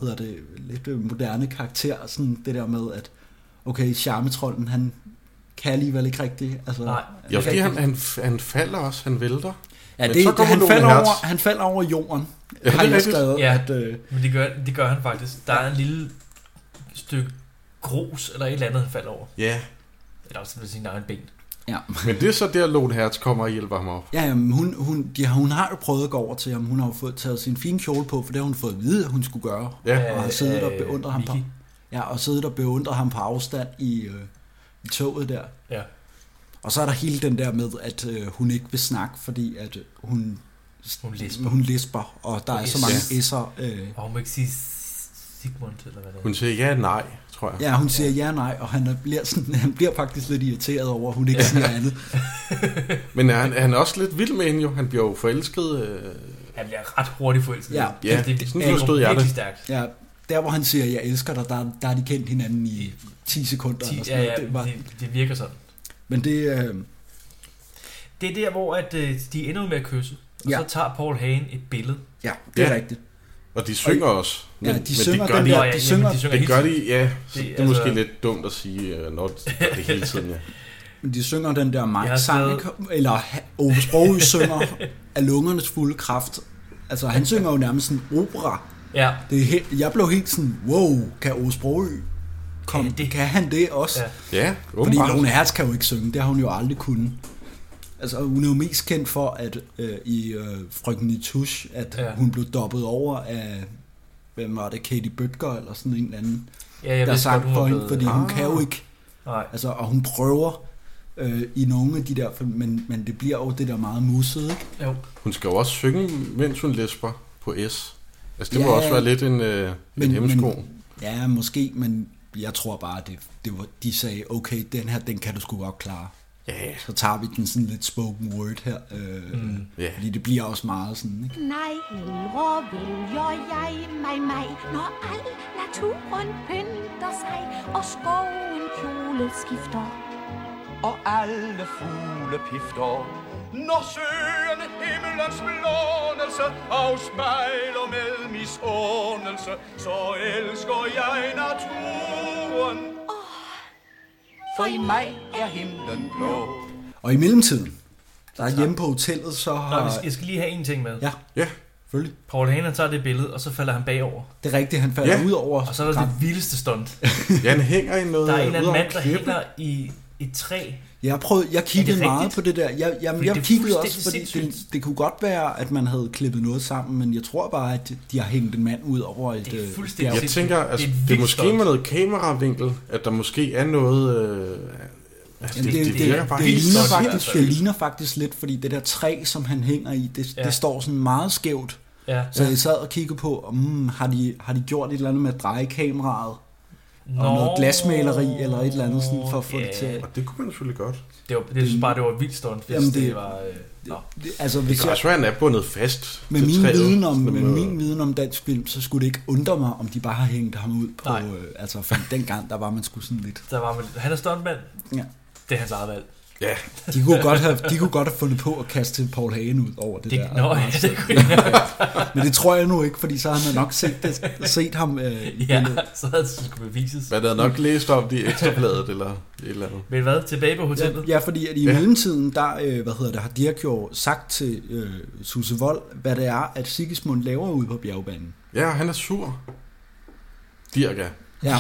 moderne karakter, sådan det der med at okay, charmetrollen, han kan alligevel ikke rigtigt. Altså, nej. Ja, fordi han falder også, han vælter. Ja, han falder over jorden. Ja, har jeg skrevet, men det gør han faktisk. Der er en lille stykke grus eller et eller andet, han falder over. Ja. Eller også med sin egen ben. Ja. Men det er så der, Lone Hertz kommer og hjælper ham op. Ja, jamen, hun har jo prøvet at gå over til ham. Hun har jo fået taget sin fine kjole på, for det har hun fået at vide, at hun skulle gøre. Ja. Og har siddet og beundret ham på. Ja, og siddet og beundret ham på afstand i toget der. Ja. Og så er der hele den der med, at hun ikke vil snakke, fordi at hun lisper, og der er så mange s'er. Og hun må ikke sige Sigmund, eller hvad det er. Hun siger ja, nej, tror jeg. Ja, hun siger ja, nej, og han bliver faktisk lidt irriteret over, at hun ikke siger andet. Men han er også lidt vild med hende jo. Han bliver jo forelsket. Han bliver ret hurtigt forelsket. Ja, sådan forstod jeg det. Stærkt. Ja, der hvor han siger, jeg elsker dig, der har de kendt hinanden i 10 sekunder. Det virker sådan. Men det er der, hvor at, de ender med at kysse, og så tager Paul Hagen et billede. Ja, det er rigtigt. Og de synger også. Ja, de synger det gør de, ja. Det er måske lidt dumt at sige, når det gør det hele tiden, ja. Men de synger den der Mike-sang, eller Ove Sprogøe synger af lungernes fulde kraft. Altså, han synger jo nærmest sådan opera. Ja. Jeg blev helt sådan, wow, kan Ove Sprogøe kan han det også? Ja, fordi Lone Hertz kan jo ikke synge, det har hun jo aldrig kunnet. Altså, hun er jo mest kendt for, at i Frøken Nitouche, at hun blev dobbet over af, hvem var det, Katie Bøtger, eller sådan en eller anden, der sang for hende, fordi hun kan jo ikke. Nej. Altså, og hun prøver i nogle af de der, men det bliver jo det der meget musset, ikke? Jo. Hun skal jo også synge, mens hun læsper på S. Altså, det må også være lidt en hemsko. Ja, måske, men jeg tror bare, at de sagde, okay, den kan du sgu godt klare. Ja. Så tager vi den sådan lidt spoken word her. Fordi det bliver også meget sådan, ikke? Nej, hvor vælger jeg mig, når al naturen pynter sig, og skoven kjole skifter. Og alle fugle pifter. Når søerne himmelens blånelse afspejler med misundelse, så elsker jeg naturen. For i mig er himlen blå. Og i mellemtiden, der er hjemme på hotellet, så har... Jeg skal lige have en ting med. Ja, selvfølgelig. Paul Hagen tager det billede, og så falder han bagover. Det er rigtigt, han falder ud over. Og så er der det vildeste stunt. Han hænger i noget. Der er en anden mand, der hænger i et træ. Jeg kiggede meget på det der. Jeg kiggede også, fordi det kunne godt være, at man havde klippet noget sammen, men jeg tror bare, at de har hængt en mand ud over et... Det er fuldstændig. Jeg tænker, altså, det er måske med noget kameravinkel, at der måske er noget... Det ligner faktisk lidt, fordi det der træ, som han hænger i, det står sådan meget skævt. Ja. Så jeg sad og kiggede på, har de gjort et eller andet med at dreje kameraet? Og noget glasmaleri eller et eller andet sådan, for at få det til. Og det kunne man selvfølgelig godt. Det var vildt stunt, hvis det var... Altså, det kan også være, at han er bundet fast med min viden om, min viden om dansk film, så skulle det ikke undre mig, om de bare har hængt ham ud på... altså, for dengang, der var man sgu sådan lidt... Han er stuntmand. Ja. Det er hans eget valg. Ja. De kunne godt have fundet på at kaste Paul Hagen ud over det der. Nå, ja, det kunne men det tror jeg nu ikke, fordi så har man nok set ham ja, så havde det skulle bevises. Man havde nok læst om det i Ekstrabladet eller et eller andet. Men hvad? Tilbage på hotellet? Ja, fordi at i mellemtiden, der har Dirch jo sagt til Susse Wold, hvad det er, at Sigismund laver ude på bjergbanen. Ja, han er sur. Dirch er. Ja.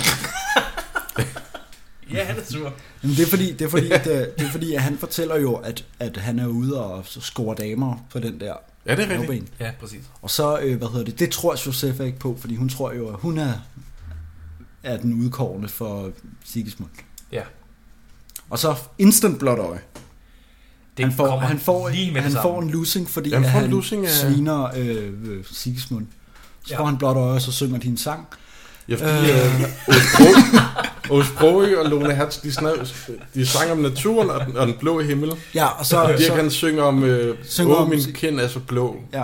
Ja, han er sur. Men det er fordi, at han fortæller jo, at han er ude og score damer på den der. Ja, det er rigtigt. Ja, præcis. Og så, det tror Josepha ikke på, fordi hun tror jo, at hun er den udkårne for Sigismund. Ja. Og så instant blåt øje. Han får en losing, fordi han sviner Sigismund. Så får han blåt øje, og så synger de en sang. Ja, fordi Aage Sprogøe og Lone Hertz, de sang om naturen og den blå himmel. Ja, og så Dirch han synger om min kind er så blå. Ja.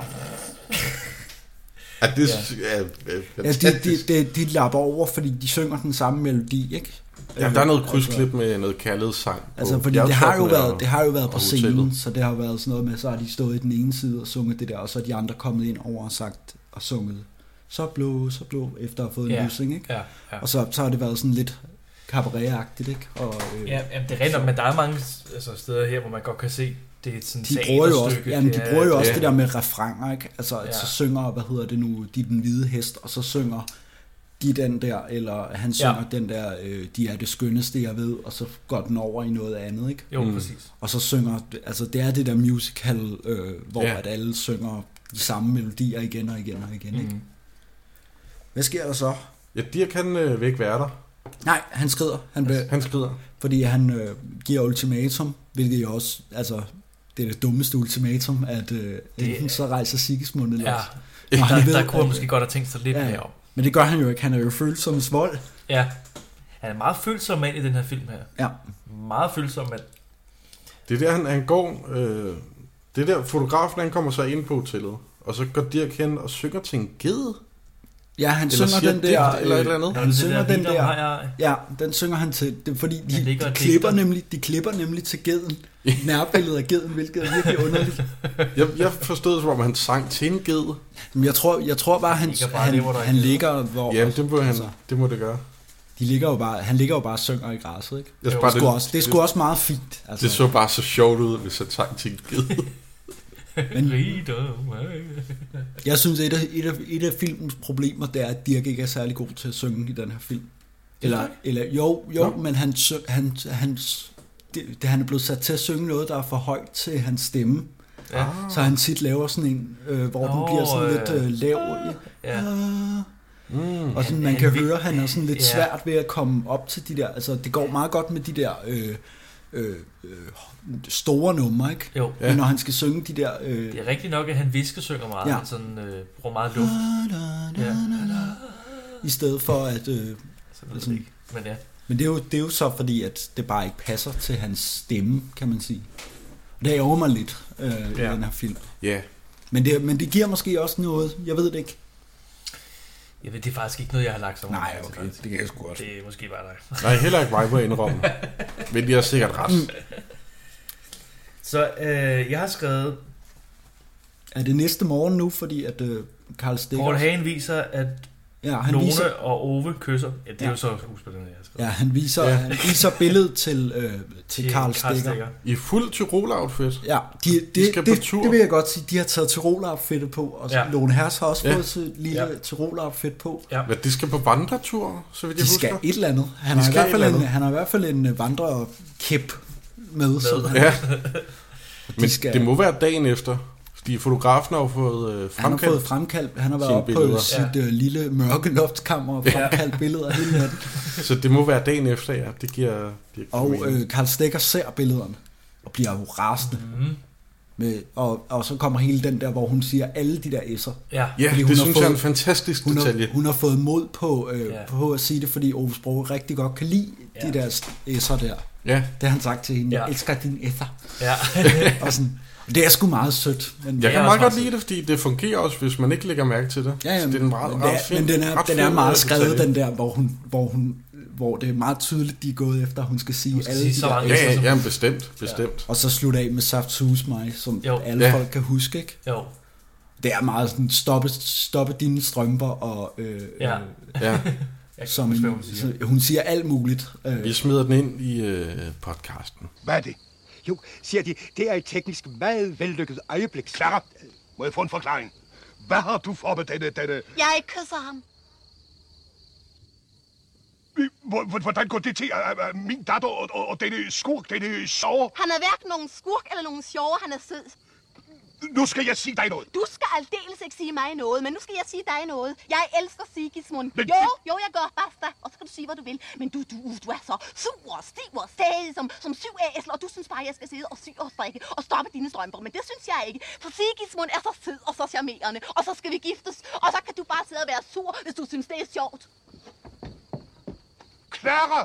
At det er fantastisk. De lapper over, fordi de synger den samme melodi, ikke? Ja, der er noget krydsklip med noget kærlighedssang. Altså, fordi det har jo været på scenen, så det har været sådan noget med, så har de stået i den ene side og sunget det der, og så er de andre kommet ind over og sunget så blå, efter at have fået en lysing, ikke? Ja. Og så har det været sådan lidt cabaret-agtigt, ikke? Og, ja, det er rent, men der er mange steder her, hvor man godt kan se, det er sådan de bruger jo også det der med refranger, ikke? Altså, så synger, de den hvide hest, og så synger de den der, eller han synger den der, de er det skønneste, jeg ved, og så går den over i noget andet, ikke? Jo, præcis. Og så synger, altså det er det der musical, hvor at alle synger de samme melodier igen og igen, ikke? Hvad sker der så? Ja, Dirch kan vil ikke være der. Nej, han skrider. Han skrider. Fordi han giver ultimatum, hvilket jo også, altså, det er det dummeste ultimatum, at enten så rejser Sigismund eller også. Der kunne han måske godt have tænkt sig lidt mere om. Men det gør han jo ikke. Han er jo følsom som vold. Ja. Han er meget følsom mand i den her film her. Ja. Meget følsom mand. Det er der, han går... det der, fotografen, han kommer så ind på hotellet, og så går Dirch hen og synger til en ged. Ja, han synger den der... Eller et eller andet. Han synger den der... Ja, den synger han til... Det er fordi, de klipper nemlig til geden. Nærbilledet af geden, hvilket er virkelig underligt. Jeg forstod det, som om han sang til en ged. Men jeg tror bare, han ligger... Hvor, jamen, det må det gøre. Han ligger jo bare og synger i græsset, ikke? Det er sgu også meget fint. Altså. Det så bare så sjovt ud, hvis han sang til en ged. Men jeg synes, et af filmens problemer, det er, at Dirch ikke er særlig god til at synge i den her film. Men han er blevet sat til at synge noget, der er for højt til hans stemme. Ja. Så han tit laver sådan en, hvor den bliver sådan lidt lav. Ja. Og sådan, man kan høre, at han er sådan lidt svært ved at komme op til de der, altså det går meget godt med de der store numre, ikke? Jo. Men når han skal synge de der... Det er rigtigt nok, at han viskesynger meget, han sådan, bruger meget luft. I stedet for at... sådan, men ja. Men det er jo så fordi, at det bare ikke passer til hans stemme, kan man sige. Og det ærger mig lidt i den her film. Ja. Men det giver måske også noget, jeg ved det ikke. Jeg ved, det er faktisk ikke noget, jeg har lagt så meget. Nej, okay, det kan jeg sgu også. Det er måske bare dig. Nej, heller ikke mig på indrømme. Men de har sikkert ret. Så jeg har skrevet... Er det næste morgen nu, fordi at Karl Stikker... Paul Hagen viser, at Lone og Ove kysser. Ja, det er jo så skuespillerne, jeg har skrevet. Ja, han viser billedet til Karl Stikker. I fuld Tyrol-outfit. Ja, det vil jeg godt sige. De har taget Tyrol-outfittet på, og Lone Hertz har også fået sit lille Tyrol-outfit på. Ja. Men de skal på vandretur, så vidt jeg husker. De skal et eller andet. Han har i hvert fald en vandrekæp med. Men det må være dagen efter. Fordi fotografen har jo fået fremkaldt. Han har været oppe på sit lille mørke loftskammer og fremkaldt billeder hele natten. Så det må være dagen efter, ja. Det giver og Karl Stikker ser billederne og bliver jo rasende. Og så kommer hele den der, hvor hun siger alle de der s'er. Ja, det synes jeg er en fantastisk detalje. Hun har fået mod på at sige det, fordi Ove Sprogøe rigtig godt kan lide de der s'er der. Ja. Det har han sagt til hende. Jeg elsker dine s'er. Ja. Og sådan... Det er sgu meget sødt. Men jeg kan meget godt lide det, fordi det fungerer også, hvis man ikke lægger mærke til det. Ja, så det er en meget men den er meget skrevet, den der, hvor det er meget tydeligt, de er gået efter, hun skal sige alle de der. Ja, bestemt. Ja. Og så slutte af med Saftsus mig, som alle folk kan huske, ikke? Jo. Det er meget sådan, stoppe dine strømper, og som hun siger alt muligt. Vi smider den ind i podcasten. Hvad er det? Jo, siger de, det er et teknisk meget vellykket øjeblik. Clara, må jeg få en forklaring? Hvad har du for med denne... Jeg kysser ham. Hvordan går det til, min datter og denne skurk, denne sjove? Han er hverken nogen skurk eller nogen sjove, han er sød. Nu skal jeg sige dig noget. Du skal aldeles ikke sige mig noget, men nu skal jeg sige dig noget. Jeg elsker Sigismund. Men... Jo, jeg gør, basta. Og så kan du sige, hvad du vil. Men du er så sur og stiv og stædig som 7 æsler, og du synes bare, jeg skal sidde og sy og strikke og stoppe dine strømper. Men det synes jeg ikke, for Sigismund er så sød og så charmerende, og så skal vi giftes, og så kan du bare sidde og være sur, hvis du synes, det er sjovt. Clara!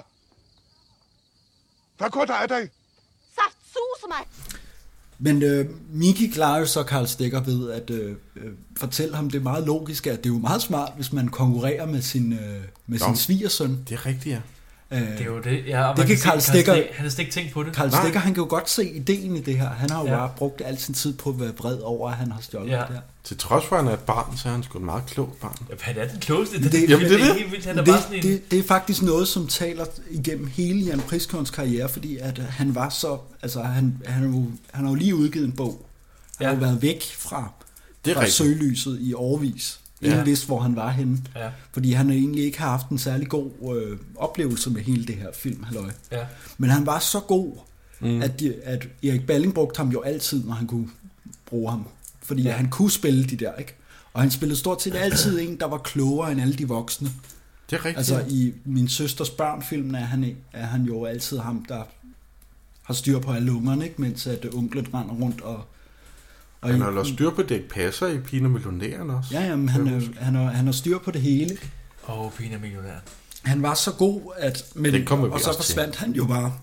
Hvad går der af dig? Saft suse mig! Men Miki klarer jo så Karl Stikker ved at fortælle ham det meget logiske, at det er jo meget smart, hvis man konkurrerer med sin svigersøn. Det er rigtigt, ja. Det er jo det. Ja, det kan Karl Stikker... Han har slet ikke tænkt på det. Karl Stikker, han kan jo godt se ideen i det her. Han har jo bare brugt al sin tid på at være vred over, at han har stjålet det her. Til trods for, at han er et barn, så er han sgu et meget klogt barn. Ja, han er den klogeste. Det er faktisk noget, som taler igennem hele Jan Priskårens karriere, fordi at han var så... Altså, han har jo lige udgivet en bog. Han har jo været væk fra søgelyset i årevis. Ingen vidste, hvor han var henne. Ja. Fordi han egentlig ikke har haft en særlig god oplevelse med hele det her film, halløj. Ja. Men han var så god, at Erik Balling brugte ham jo altid, når han kunne bruge ham. Fordi han kunne spille de der, ikke? Og han spillede stort set altid en, der var klogere end alle de voksne. Det er rigtigt. Altså i Min søsters børn-filmen er han jo altid ham, der har styr på alle ungerne, ikke? Mens at onklet render rundt og han har jo styr på Dirch Passer i Pina Millionæren også. Ja, jamen, han har styr på det hele. Pina Millionæren. Han var så god, at... og så forsvandt han jo bare.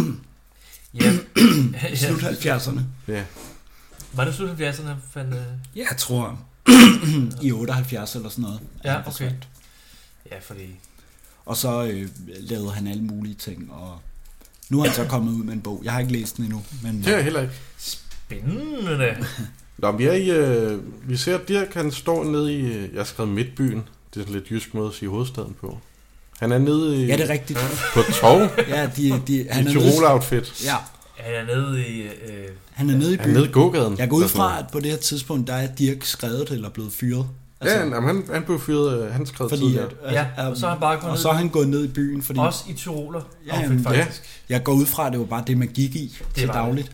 I slut 70'erne. Ja. Var det slut 70'erne? Ja, jeg tror i 78 eller sådan noget. Ja, okay. Ja, fordi... Og så lavede han alle mulige ting, og nu er han så kommet ud med en bog. Jeg har ikke læst den endnu. Men, det er heller ikke. Spændende. Nå, vi ser, at Dirch, han står nede i, jeg har skrevet Midtbyen, det er sådan lidt jysk måde at sige hovedstaden på. Han er nede i... Ja, det er rigtigt. På torv. Ja, han er Tyrol-outfit. Ja. Han er nede i... Han er nede i byen. Han er nede i gågaden. Jeg går ud fra, at på det her tidspunkt, der er Dirch skrevet eller blevet fyret. Altså, ja, han blev fyret, han skrev tidligere. Og så er han bare gået og så er han gået ned i byen. Fordi, også i Tyroler outfit, faktisk. Jeg går ud fra, at det var bare det, man gik i til dagligt.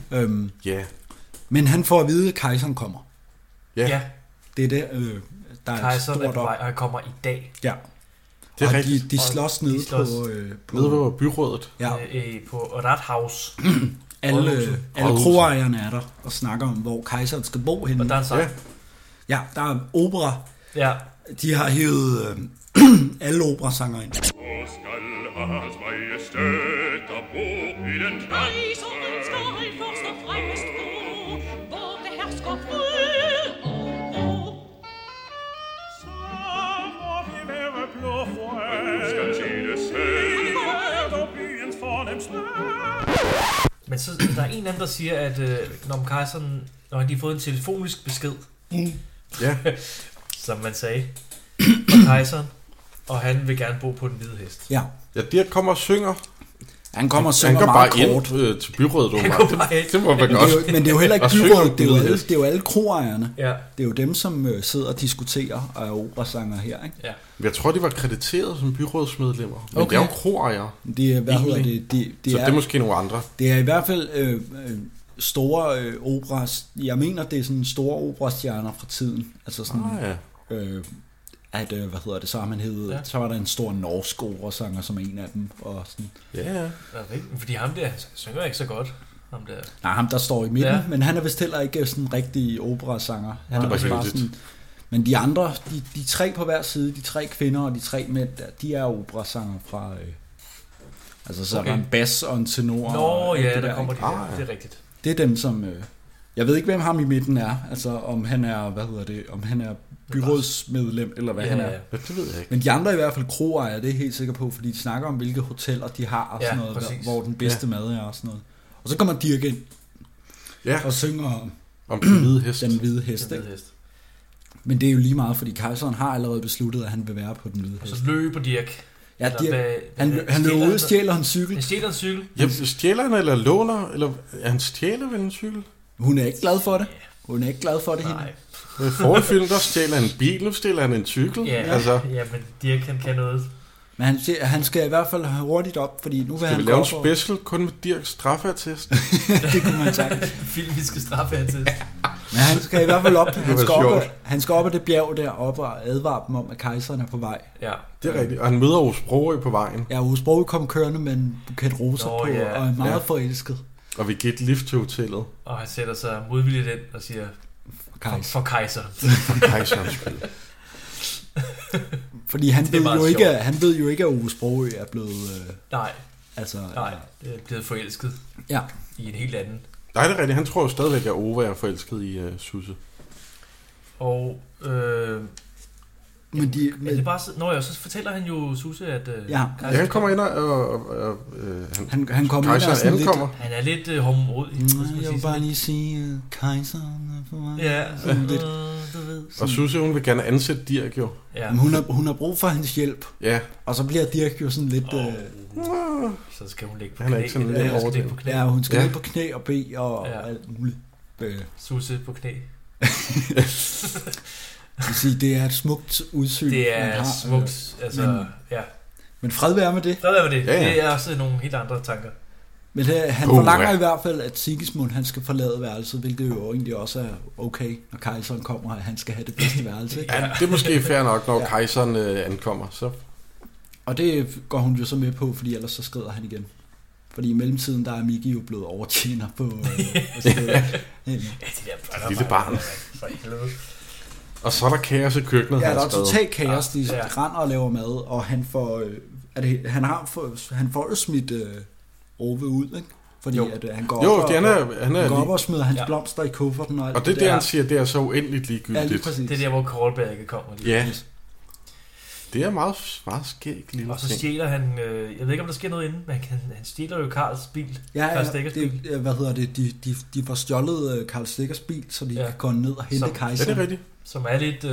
Men han får at vide, at kejseren kommer. Ja. Det er det, der er kejseren er på vej, og han kommer i dag. Ja. Det er rigtigt. De slås nede på nede på byrådet. Ja. På Rathaus. alle kroejerne er der og snakker om, hvor kejseren skal bo henne. Og der er en sang. Ja, der er opera. Ja. De har hævet alle operasanger ind. Hvor skal hans majestæt der bo i den kejseren skal først og fremmest bo, hvor det hersker fred og ro. Så må vi være blåfrød. Skal se det selv, hvor er byens fornemste. Men så der er en af dem, der siger, at når kejseren, når han lige fået en telefonisk besked, ja, som man sagde, fra kejseren, og han vil gerne bo på den hvide hest. Ja. Ja, Dirch kommer og synger. Han kommer og synger han går meget bare kort. Ind til byrådet. Det må være godt. Men det er jo heller ikke byrådet, det er jo alle kroejerne. Ja. Det er jo dem, som sidder og diskuterer og er operasanger her, ikke? Ja. Jeg tror, de var krediteret som byrådsmedlemmer. Men det er jo kroejere. Så det er måske nogle andre. Det er i hvert fald store operas. Jeg mener, det er sådan store operastjerner fra tiden. Altså sådan... så har man heddet, så var der en stor norsk operasanger som en af dem og sådan. Ja. Fordi ham der synger ikke så godt. Nej, ham der står i midten, men han er vist heller ikke sådan en rigtig operasanger. Han er bare sådan. Men de andre, de tre på hver side, de tre kvinder og de tre mænd, de er operasanger fra altså så er der en bas og en tenor. Nå ja, der kommer de der. Det er rigtigt. Det er dem som Jeg ved ikke, hvem ham i midten er. Altså, om han er, om han er byrådsmedlem, eller hvad han er. Ja, det ved jeg ikke. Men de andre er i hvert fald kroejere, det er helt sikker på, fordi de snakker om, hvilke hoteller de har, og sådan noget, hvor den bedste mad er, og sådan noget. Og så kommer Dirch ind, og synger om den hvide hest. Den hvide hest, ikke? Men det er jo lige meget, fordi kejseren har allerede besluttet, at han vil være på den hvide hest. Og så løber Dirch. Ja, han løber ud og stjæler en cykel. Han stjæler en cykel? Ja, stjæler han eller låner? Eller han stjæler vel en cykel? Hun er ikke glad for det. Hun er ikke glad for det, hende. I forrige film, der stjæler han en bil, nu stjæler han en cykel. Ja, men Dirch, han kan noget. Men han skal i hvert fald have hurtigt op, fordi nu vil han vi lave en special kun med Dirchs straffeattest? Det kunne man sagt. Filmiske straffeattest. Men han skal i hvert fald op. Han skal op ad det bjerg deroppe og advare dem om, at kejseren er på vej. Ja, det er rigtigt. Og han møder Ove Sprogøe på vejen. Ja, Ove Sprogøe kom kørende med en buket roser på, og er meget forelsket. Og vi giver et lift til hotellet. Og han sætter sig modvilligt ind og siger, for kejseren. For kejserens skyld. Fordi han ved jo ikke, at Ove Sprogøe er blevet... Nej, det er blevet forelsket i en helt anden. Nej, det er rigtigt. Han tror jo stadigvæk, at Ove er forelsket i Susse. Og... Men er det bare så fortæller han jo Susse, at... han kommer ind og han kommer kejseren ankommer. Han er lidt hormonrådig. Jeg vil bare lige sige, kejseren er på vej. Ja, du ved. Og Susse, hun vil gerne ansætte Dirch jo. Ja. hun har brug for hans hjælp. Ja. Og så bliver Dirch jo sådan lidt... Så skal hun ligge på knæ. Han er ikke sådan lidt over på knæ. Ja, hun skal ligge på knæ og bede og alt muligt. Susse på knæ. Det er et smukt udsyn. Det er smukt, altså, Men fred være med det. Det er også nogle helt andre tanker. Men han forlanger i hvert fald, at Sigismund han skal forlade værelset, hvilket jo egentlig også er okay, når kejseren kommer, at han skal have det bedste værelse. Ikke? Ja, det er måske fair nok, når kejseren ankommer. Så. Og det går hun jo så med på, fordi ellers så skrider han igen. Fordi i mellemtiden, der er Miki jo blevet overtjener på stedet. Lille barn. Og så er der kaos i køkkenet. Ja, der er totalt kaos. De render og laver mad, og han får han får jo smidt Ove ud, ikke? Fordi at han går op og smider hans blomster i kufferten og alt. Og det han siger, det er så uendeligt ligegyldigt. Ja, det er der, hvor Callback kommer. Ja. Det er meget, meget skægt lille ting. Og så stjæler han, jeg ved ikke om der sker noget inden, men han stjæler jo Karls bil. Karl Stikkers bil. De får stjålet Karl Stikkers bil, så de kan gå ned og hente kejseren. Er det rigtigt? Som er lidt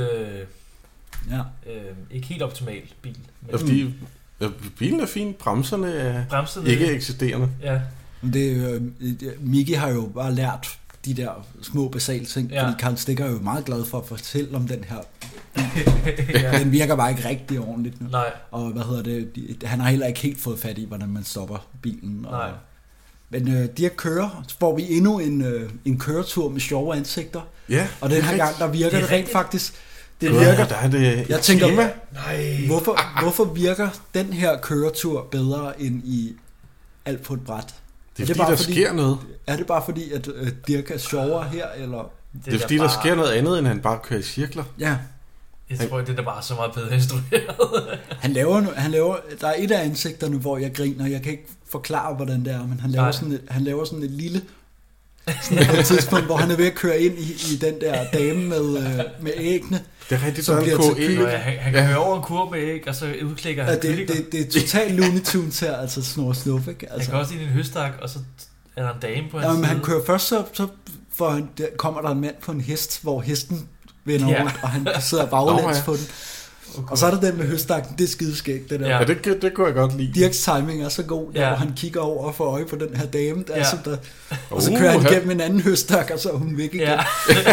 ikke helt optimal bil. Men fordi bilen er fin, bremserne er ikke eksisterende. Ja. Miki har jo bare lært de der små basale ting, fordi Karl Stikker er jo meget glad for at fortælle om den her. Den virker bare ikke rigtig ordentligt nu. Nej. Og han har heller ikke helt fået fat i, hvordan man stopper bilen. Nej. Men de her kører, så får vi endnu en køretur med sjove ansigter. Ja. Og den her gang, der virker det rent faktisk. Det virker. Der er det jeg tænker, hvorfor virker den her køretur bedre end i Alt på et bræt? Det er fordi, der sker noget. Er det bare fordi, at Dirch er sjovere her, eller? Det er fordi, der sker noget andet, end han bare kører i cirkler. Ja. Jeg tror, det er bare så meget bedre instrueret. han laver, der er et af ansigterne, hvor jeg griner. Jeg kan ikke forklare, hvordan det er, men han laver sådan et lille... Sådan på et tidspunkt, hvor han er ved at køre ind i den der dame med æggene. Det er rigtigt, så han kører æg. Han kan høre over en kurv med æg, og så udklikker han kyllinger. Det er totalt Looney Tunes her, altså Snor Snuff, ikke? Altså. Han kan også ind i en høstak, og så er der en dame på hans side. Han kører først, så kommer der en mand på en hest, hvor hesten vender rundt, og han sidder baglæns på den. Okay. Og så er der den med høstakken, det er skideskægt, det der. Ja, det kunne jeg godt lide. Dirchs timing er så god, hvor han kigger over og får øje på den her dame, der, og så kører han igennem en anden høstak, og så er hun væk igen. Ja.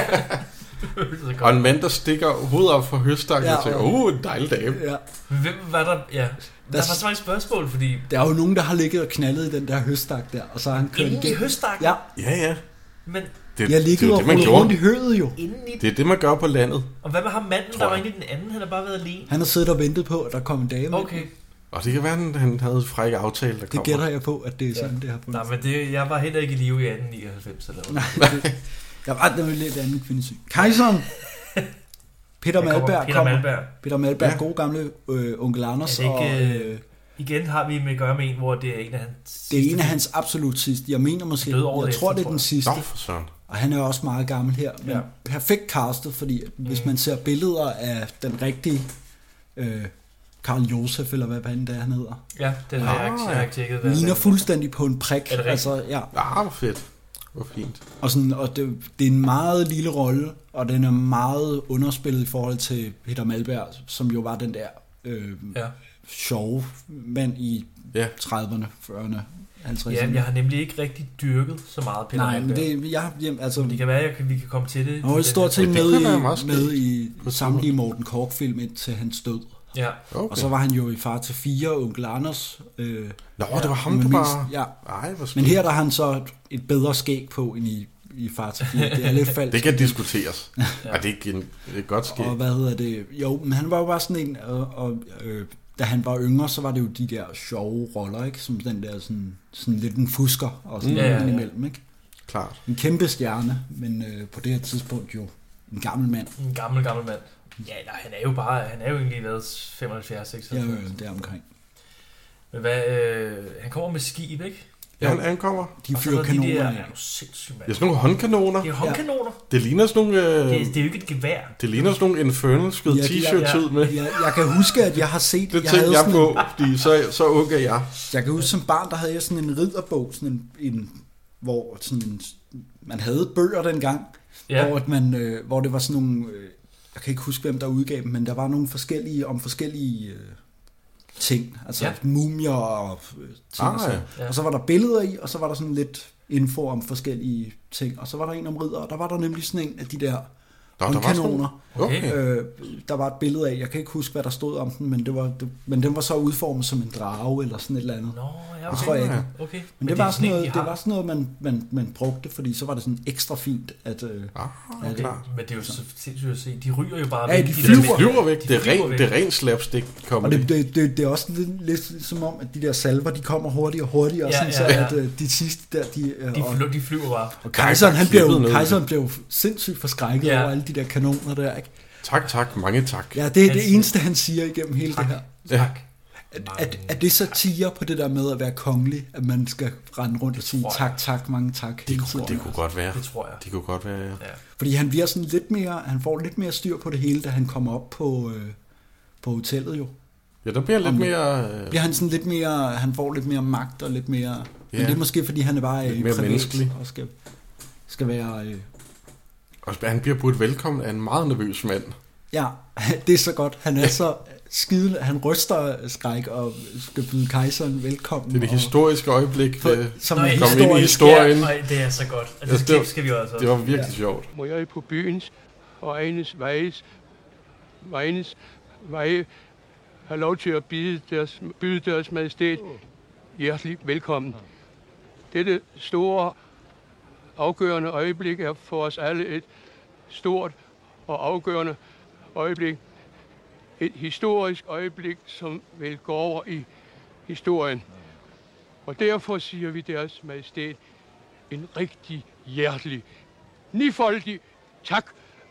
Og en mand, der stikker hovedet op fra høstakken og tænker, en dejlig dame. Ja. Men hvem var der? Ja. Der var så mange spørgsmål, fordi... Der er jo nogen, der har ligget og knaldet i den der høstak der, og så har han kørt inden igennem. I høstakken? Ja. Men... Jeg ligger og ruller rundt i høet jo. Det er det, man gør på landet. Og hvad med ham manden, der var inde i den anden? Han har bare været alene. Han har siddet og ventet på, at der kom en dame. Okay. Og det kan være, at han havde frække aftale, der kommer. Det gætter jeg på, at det er sådan, det har fundet. Nej, men jeg var heller ikke i live i 1899. Eller nej, jeg var ret lidt anden kvindesyn. Kejseren! Peter Malberg. Peter Malberg, god gamle onkel Anders. Igen har vi med at gøre med en, hvor det er en af hans sidste. Det er en af hans absolut sidste. Jeg mener måske, jeg tror det er den sidste. For søren. Og han er også meget gammel her, men perfekt castet, fordi hvis man ser billeder af den rigtige Karl Josef, eller hvad han hedder. Ja, den har jeg ikke tjekket. Ligner fuldstændig på en prik. Altså, hvor fedt. Hvor fint. Og, sådan, og det er en meget lille rolle, og den er meget underspillet i forhold til Peter Malberg, som jo var den der sjove mand i 30'erne, 40'erne, 50'erne. Ja, jeg har nemlig ikke rigtig dyrket så meget Peter Malberg. Men det kan være, at vi kan komme til det. Og det står til med i samtlige Morten Korch-film indtil hans død. Ja. Okay. Og så var han jo i Far til 4, Onkel Anders. Det var ham, der bare... Ja. Men her der har han så et bedre skæg på, end i Far til 4. Det er lidt falsk. Det kan diskuteres. Det er et godt skæg. Og hvad hedder det? Jo, men han var jo bare sådan en... da han var yngre, så var det jo de der sjove roller, ikke? Som den der sådan lidt en fusker og sådan imellem, ikke? Klart. En kæmpe stjerne, men på det her tidspunkt jo en gammel mand. En gammel mand. Ja, han er jo egentlig været 75, 76. Ja, det er omkring. Men han kommer med skib, ikke? Ja, han kommer. De fyrer kanoner. Det er sindssygt, mand. Det er sådan nogle håndkanoner. Det er håndkanoner. Det ligner sådan nogle... Det er jo ikke et gevær. Det ligner sådan nogle Infernal skød t-shirts ud med. Jeg kan huske, at jeg har set... Det tænkte jeg på, fordi så ung er jeg. Jeg kan huske, som barn, der havde jeg sådan en ridderbog, hvor man havde bøger dengang, hvor det var sådan nogle... Jeg kan ikke huske, hvem der udgav dem, men der var nogle forskellige ting, altså mumier og ting og så. Og så var der billeder i, og så var der sådan lidt info om forskellige ting, og så var der en om ridder, og der var der nemlig sådan en af de der håndkanoner. Der var et billede af, jeg kan ikke huske, hvad der stod om den, men den var så udformet som en drage eller sådan et eller andet. Det tror jeg ikke. Okay. Men det var sådan noget, man brugte, fordi så var det sådan ekstra fint, at... Men det er jo så sindssygt at se. De ryger jo bare væk. De flyver væk. Det er ren slapstick comedy. Og det er også lidt som om, at de der salver, de kommer hurtigere og hurtigere, så at de sidste der, de flyver bare. Og kejseren blev sindssygt forskrækket over alle de der kanoner der, ikke? Tak, mange tak. Ja, det er det eneste, han siger igennem hele det her. Tak. Er det satire på det der med at være kongelig, at man skal rende rundt og sige tak, mange tak? Det kunne godt være. Det tror jeg. Det kunne godt være, ja. Fordi han bliver sådan lidt mere, han får lidt mere styr på det hele, da han kommer op på hotellet jo. Ja, der bliver lidt mere... Bliver han sådan lidt mere, han får lidt mere magt og lidt mere... Men det er måske, fordi han er bare lidt mere menneskelig. Og skal være... Og han bliver budt velkommen af en meget nervøs mand. Ja, det er så godt. Han er så skide, han ryster skræk og skal byde kejseren velkommen. Det er det historiske øjeblik, som kom ind i historien. Ja, det er så godt. Altså, det skal vi også. Det var virkelig sjovt. Må jeg på byens og egens veje have lov til at byde deres majestæt hjertelig velkommen. Dette store afgørende øjeblik er for os alle et stort og afgørende øjeblik. Et historisk øjeblik, som vil gå over i historien. Og derfor siger vi deres majestæt en rigtig hjertelig, nifoldig tak.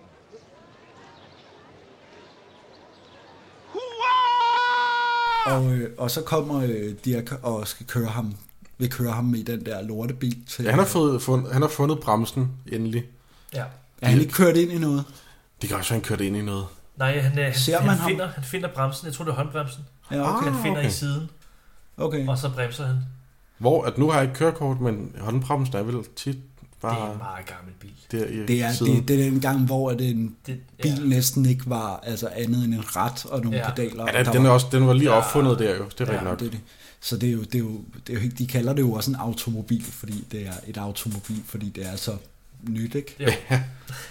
Og så kommer Dirch og skal køre ham i den der lortebil til... Ja, han har fundet bremsen endelig. Ja. Er han ikke kørt ind i noget? Det kan også være, han kørt ind i noget. Nej, han finder bremsen. Jeg tror, det er håndbremsen. Ja, okay. Han finder i siden. Okay. Og så bremser han. At nu har jeg ikke kørekort, men håndbremsen er vel tit bare... Det er en meget gammel bil. Det er den gang, hvor en bil næsten ikke var altså andet end en rat og nogle pedaler. Ja, den var lige opfundet der jo. Det er rigtigt nok. Det. Så det er jo de kalder det jo også en automobil, fordi det er et automobil, fordi det er så nyt, ikke? Ja.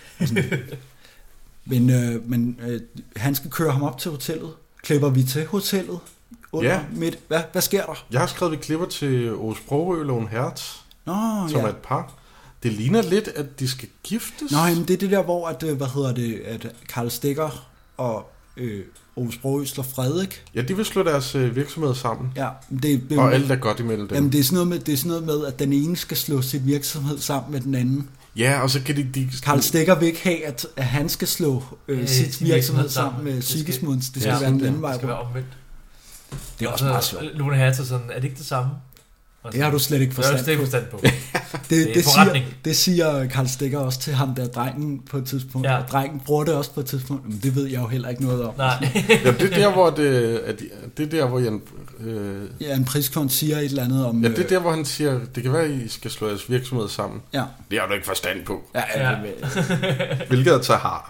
Men han skal køre ham op til hotellet. Klipper vi til hotellet? Midt. Hvad sker der? Jeg har skrevet, vi klipper til Ove Sprogøe og Lone Hertz, som er et par. Det ligner lidt, at de skal giftes. Nej, men det er det der, hvor at Karl Stikker og Ove Sprogøe slår fred, ikke? Ja, de vil slå deres virksomhed sammen. Ja, og alt er godt imellem dem. Jamen, det er sådan noget med, at den ene skal slå sit virksomhed sammen med den anden. Ja, og så kan de Karl Stikker vil ikke have, at han skal slå sit virksomhed sammen med Sigismunds. Det skal være en anden vej. Det skal være omvendt. Det er også meget sjovt. Lone Hertz sådan, er det ikke det samme? Det har du slet ikke forstand på. det siger Karl Stikker også til ham der drengen på et tidspunkt. Ja. Og drengen bruger det også på et tidspunkt. Men det ved jeg jo heller ikke noget om. Nej. Ja, det er der, hvor det er der, hvor Jan... Jan Priskund siger et eller andet om... Ja, det er der, hvor han siger, det kan være, at I skal slå jeres virksomhed sammen. Ja. Det har du ikke forstand på. Ja. Hvilket jeg tager har.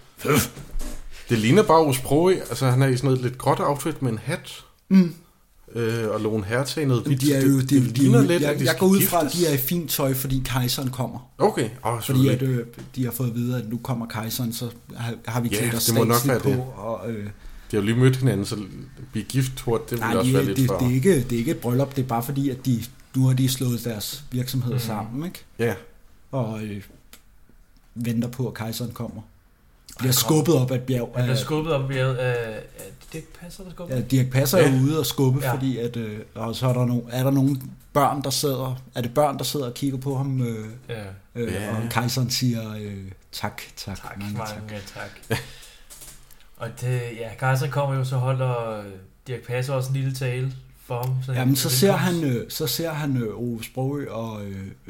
Det ligner bare hos Pro. Altså, han er i sådan noget lidt gråt outfit med en hat. Og Lone Hertha i noget hvidt. Det ligner lidt, jeg går ud fra, at de er i fint tøj, fordi kejseren kommer. Okay. Fordi at, de har fået at vide, at nu kommer kejseren, så har vi klædt os statsligt på. Og, de har jo lige mødt hinanden, så blive gift hurtigt, det vil også være lidt for... det er ikke et bryllup, det er bare fordi, at nu har de slået deres virksomheder sammen, ikke? Ja. Og venter på, at kejseren kommer. Bliver skubbet op af et bjerg. Han bliver skubbet op af bjerget af Dirch Passer, der skubber? Ja, Dirch Passer er ude og skubbe, fordi at, og så er der nogle børn, der sidder... Er det børn, der sidder og kigger på ham? Og kejseren siger tak. Mange tak. Og kejseren kommer jo, så holder Dirch Passer også en lille tale for ham. Jamen, så ser han Ove Sprogøe, og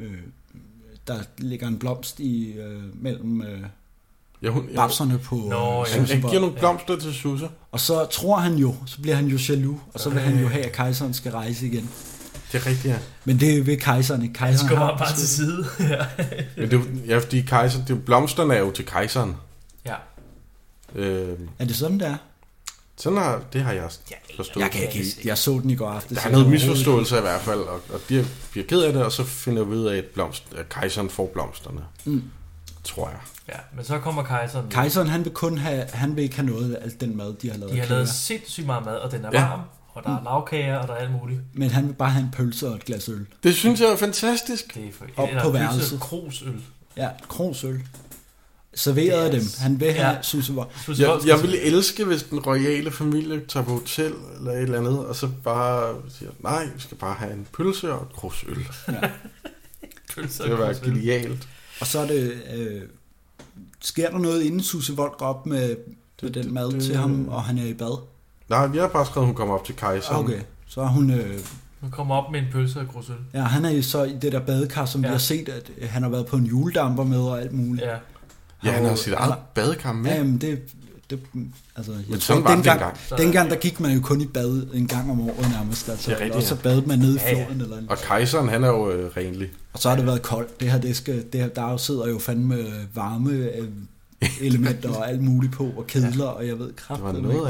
der ligger en blomst mellem... babserne på... Han giver nogle blomster til Susse. Og så tror han jo, så bliver han jo jaloux, og så vil han jo have, at kejseren skal rejse igen. Det er rigtigt, ja. Men det vil kejseren ikke. Han skubber bare til side. Fordi blomsterne er jo til kejseren. Ja. Er det sådan, det er? Det har jeg forstået. Jeg så den i går aftes. Der er noget misforståelse i hvert fald, og de bliver ked af det, og så finder vi ud af, at kejseren får blomsterne. Tror jeg. Ja, men så kommer kejseren. Kejseren, han vil ikke have noget af alt den mad, de har lavet. De har lavet sindssygt meget mad, og den er varm, og der er lavkager, og der er alt muligt. Men han vil bare have en pølse og et glas øl. Det synes jeg er fantastisk. Det er op på værelset. Krosøl. Ja, krosøl. Serveret af dem. Han vil have Sussevold. Jeg ville elske, hvis den royale familie tager på hotel eller et eller andet, og så bare siger, nej, vi skal bare have en pølse og et krosøl. Ja. Det vil være genialt. Og så er det... sker der noget, inden Sussevold går op med den mad til ham, og han er i bad? Nej, vi har bare skrevet, at hun kommer op til kejseren. Okay, så er hun... Hun kommer op med en pølse og krosøl. Ja, han er jo så i det der badekar, som vi har set, at han har været på en juledamper med og alt muligt. Ja, han har sit eget badekar med. Ja, men det altså, jeg tror, dengang der gik man jo kun i bad en gang om året nærmest. Altså, det er rigtigt, og så badede man nede i floden. Eller og kejseren, han er jo renlig. Og så har det været koldt. Der sidder jo fandme varme elementer og alt muligt på, og kedler, og jeg ved kraftigt. Det var noget,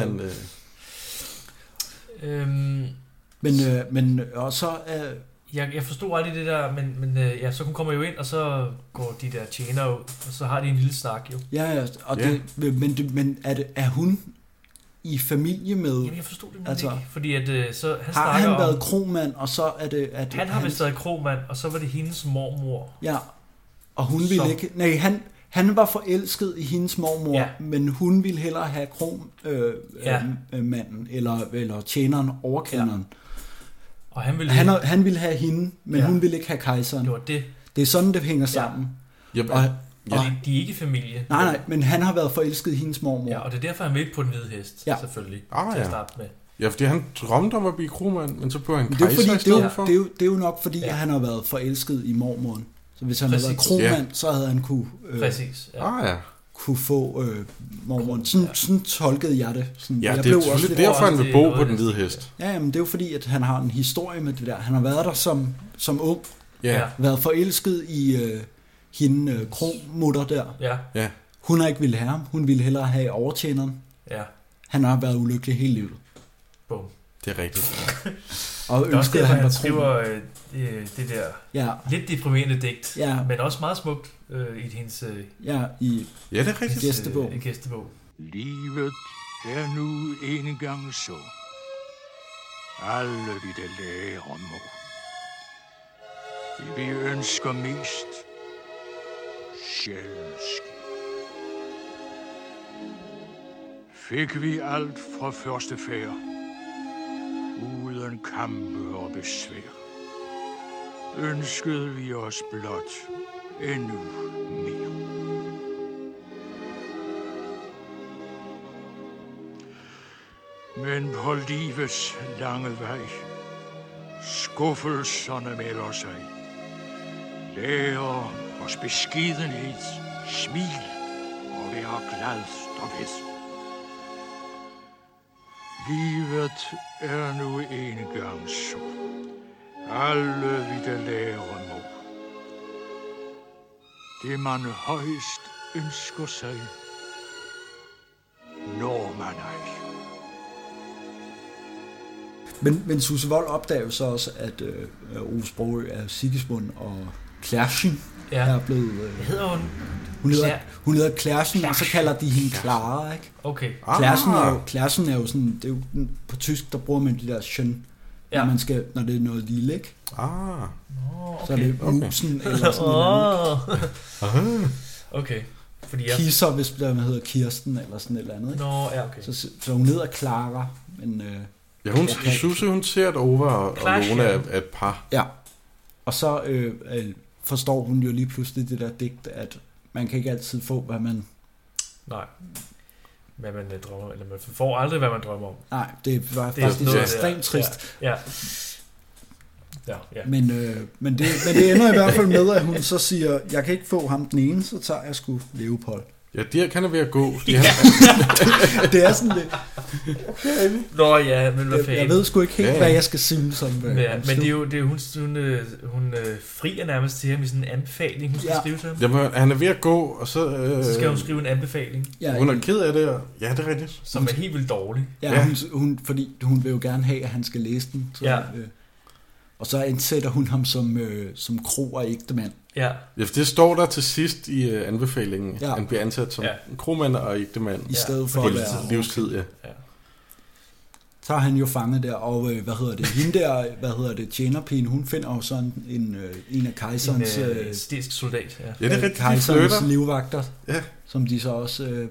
han... Men og så... Jeg forstod aldrig det der, men så hun kommer jo ind, og så går de der tjenere ud, og så har de en lille snak jo. Ja, og men er hun i familie med... Jamen, jeg forstod det ikke, fordi at så han har han været kromand, og så er det... Han har vist været kromand, og så var det hendes mormor. Ja, og hun ville ikke... Nej, han var forelsket i hendes mormor, men hun ville hellere have manden eller tjeneren, overkenderen. Ja. Og han ville have hende, men hun ville ikke have kejseren. Det var det. Det er sådan, det hænger sammen. Ja. De er ikke familie. Nej, men han har været forelsket i hendes mormor. Ja, og det er derfor, han vil på den hvide hest, selvfølgelig, til at starte med. Ja, fordi han drømte om at blive kromand, men så blev han kejser i stedet for. Det er jo nok, fordi han har været forelsket i mormoren. Så hvis han havde været kromand, så havde han kunne... Præcis, kunne få mormoren. Sådan tolkede jeg det. Sådan, ja, det er selvfølgelig derfor, han vil bo på den hvide hest. Ja, men det er jo fordi, at han har en historie med det der. Han har været der som ung. Været forelsket i hende kromutter der. Ja. Hun har ikke ville have ham. Hun ville hellere have overtjeneren. Ja. Han har været ulykkelig hele livet. Bum. Det er rigtigt. Og ønskede, at han skriver det der lidt deprimerende digt, men også meget smukt i hendes det er rigtigt. Gæstebog. Livet er nu en gang så. Alle vi der lærer må. Det vi ønsker mest, sjældent sker. Fik vi alt fra første færd, uden kampe og besvær, ønskede vi os blot endnu mere. Men på livets lange vej, skuffelserne melder sig. Lære os beskedenhed, smil og være glad og ved. Livet er nu engang så. Alle vi der lære må. Det man højst ønsker sig, når man ej. Men Susse Wold opdager jo så også, at Ove Sprogøe er Sigismund og Klærchen er blevet... Hvad hedder hun? Hun hedder Klærchen, og så kalder de hende Clara, ikke? Okay. Klærchen er jo sådan... Det er jo, på tysk, der bruger man de der schön, når det er noget lille, ikke? Okay. Så er det musen eller sådan noget. Okay. Fordi Kisser, hvis der hedder Kirsten eller sådan et eller andet, ikke? Okay. Så hun hedder Clara, men... Susse, hun ser, at Ove og Lone er et par. Ja, og så forstår hun jo lige pludselig det der digt, at man kan ikke altid få, hvad man... Nej, hvad man drømmer, eller man får aldrig, hvad man drømmer om. Nej, det var faktisk ekstremt trist. Ja. Men det ender i hvert fald med, at hun så siger, jeg kan ikke få ham den ene, så tager jeg sgu Leopold. Ja, Dirch kan er ved at gå. Det er sådan lidt... Okay. Nå ja, men hvad fanden. Jeg ved sgu ikke helt, hvad jeg skal synes om. Men det er jo hun frier nærmest til ham i sådan en anbefaling, hun skal skrive til ham. Jamen, han er ved at gå, og så... så skal hun skrive en anbefaling. Hun er ked af det, og ja, det er rigtigt. Som er helt vildt dårlig. Ja, fordi hun vil jo gerne have, at han skal læse den. Så, og så indsætter hun ham som kro og ægtemand. Ja, for det står der til sidst i anbefalingen. Ja. Han bliver ansat som kromand og ægtemand. I stedet for at være livstid, ja. Så er han jo fanget der, og tjenerpigen, hun finder jo sådan en af kejserens... stilsk soldat, ja. Ja, det er rigtig kejserens livvagter, som de så også,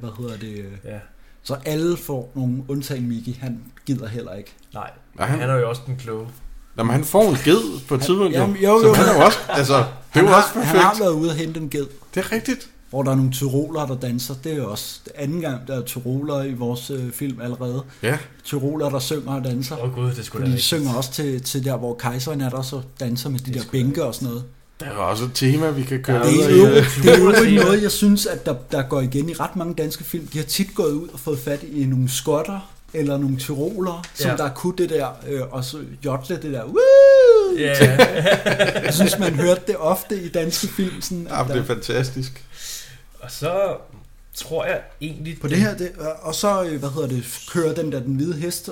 Så alle får nogle undtagen Mickey, han gider heller ikke. Nej, han er jo også den kloge. Jamen, han får en ged på et tidspunkt, jo. Så han er jo også, altså, det er jo også perfekt. Han har været ude og hente en ged. Det er rigtigt. Hvor der er nogle tyrolere, der danser. Det er jo også anden gang, der er tyrolere i vores film allerede. Ja. Tyrolere, der synger og danser. Gud, det skulle da de synger også til der, hvor kejseren er der, så danser med de der bænke og sådan noget. Der er også et tema, vi kan køre ud af. Det er jo ikke noget, jeg synes, at der går igen i ret mange danske film. De har tit gået ud og fået fat i nogle skotter, eller nogle tyrolere, som der kunne det der, og så jodle det der, woo! Jeg synes, man hørte det ofte i danske film. Sådan, det er fantastisk. Og så tror jeg egentlig... På det her, og så, kører den der, den hvide hest,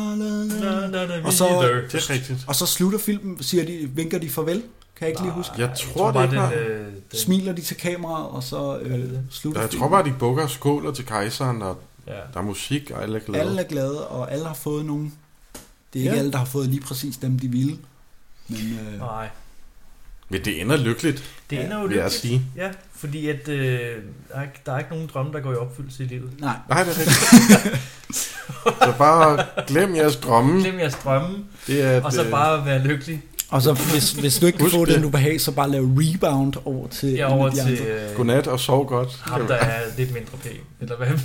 og så, det er rigtigt. Og så slutter filmen, vinker de farvel, kan jeg ikke lige huske. Jeg tror det ikke. Smiler de til kameraet, og så slutter filmen. Jeg tror bare, de bukker og skåler til kejseren, og der er musik, og alle er glade. Alle er glade, og alle har fået nogen. Det er ikke alle, der har fået lige præcis dem, de ville. Men, nej. Men det ender lykkeligt. Det ender jo lykkeligt, at sige. Ja, fordi at, der er ikke nogen drømme, der går i opfyldelse i livet. Nej, det er rigtigt. Så bare glem jeres drømme. Glem jeres drømme, det og så bare være lykkelig. Og så hvis du ikke kan få den, du behag, så bare lave rebound over til... Godnat og sov godt. Ham, der er lidt mindre pæn. Eller hvad?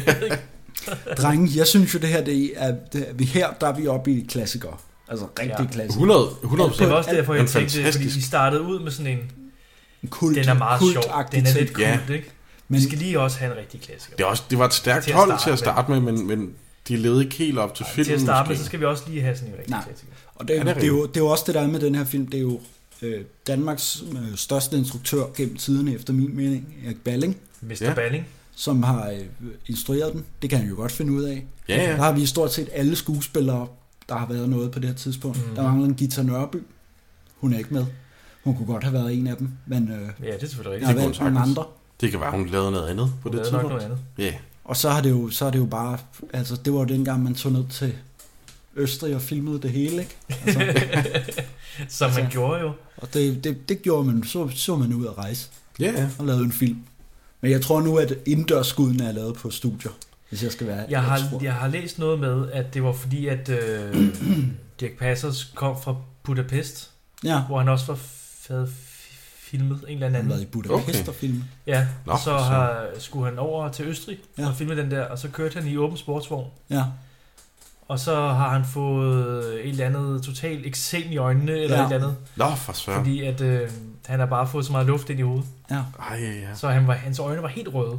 Drenge, jeg synes jo, det her, der er vi oppe i klassikere. Altså rigtig klassikere. 100%. Det var også derfor, jeg tænkte, fordi vi startede ud med sådan en kult, den er meget sjov. Den er lidt kult, ikke? Men vi skal lige også have en rigtig klassiker. Det var et stærkt hold til at starte med, men de levede ikke helt op til filmen. Til at starte med, så skal vi også lige have sådan en rigtig klassiker. Og det er jo også det der med den her film, det er jo Danmarks største instruktør gennem tiderne, efter min mening, Erik Balling. Mr. Balling. Som har instrueret den. Det kan han jo godt finde ud af. Ja. Der har vi stort set alle skuespillere, der har været noget på det her tidspunkt. Der mangler en Gita Nørby. Hun er ikke med. Hun kunne godt have været en af dem, men det er selvfølgelig rigtigt. Der har været nogle andre. Det kan være, hun lavede noget andet på det tidspunkt. Noget andet. Yeah. Og så er det jo bare, altså det var jo dengang, man tog ned til Østrig og filmede det hele, ikke? Altså, som man gjorde jo. Og det gjorde man, så man ud at rejse. Ja. Og lavede en film. Men jeg tror nu, at indendørsskuddene er lavet på studier, hvis jeg skal være... Jeg har læst noget med, at det var fordi, at Dirch Passer kom fra Budapest, hvor han også havde filmet en eller anden. Han har været i Budapest og filmet. Ja, og skulle han over til Østrig og filme den der, og så kørte han i åben sportsvogn. Ja. og så har han fået et eller andet totalt eksem i øjnene, eller et eller andet. Nå, for søren. Fordi at han har bare fået så meget luft ind i hovedet. Ja. Så hans øjne var helt røde.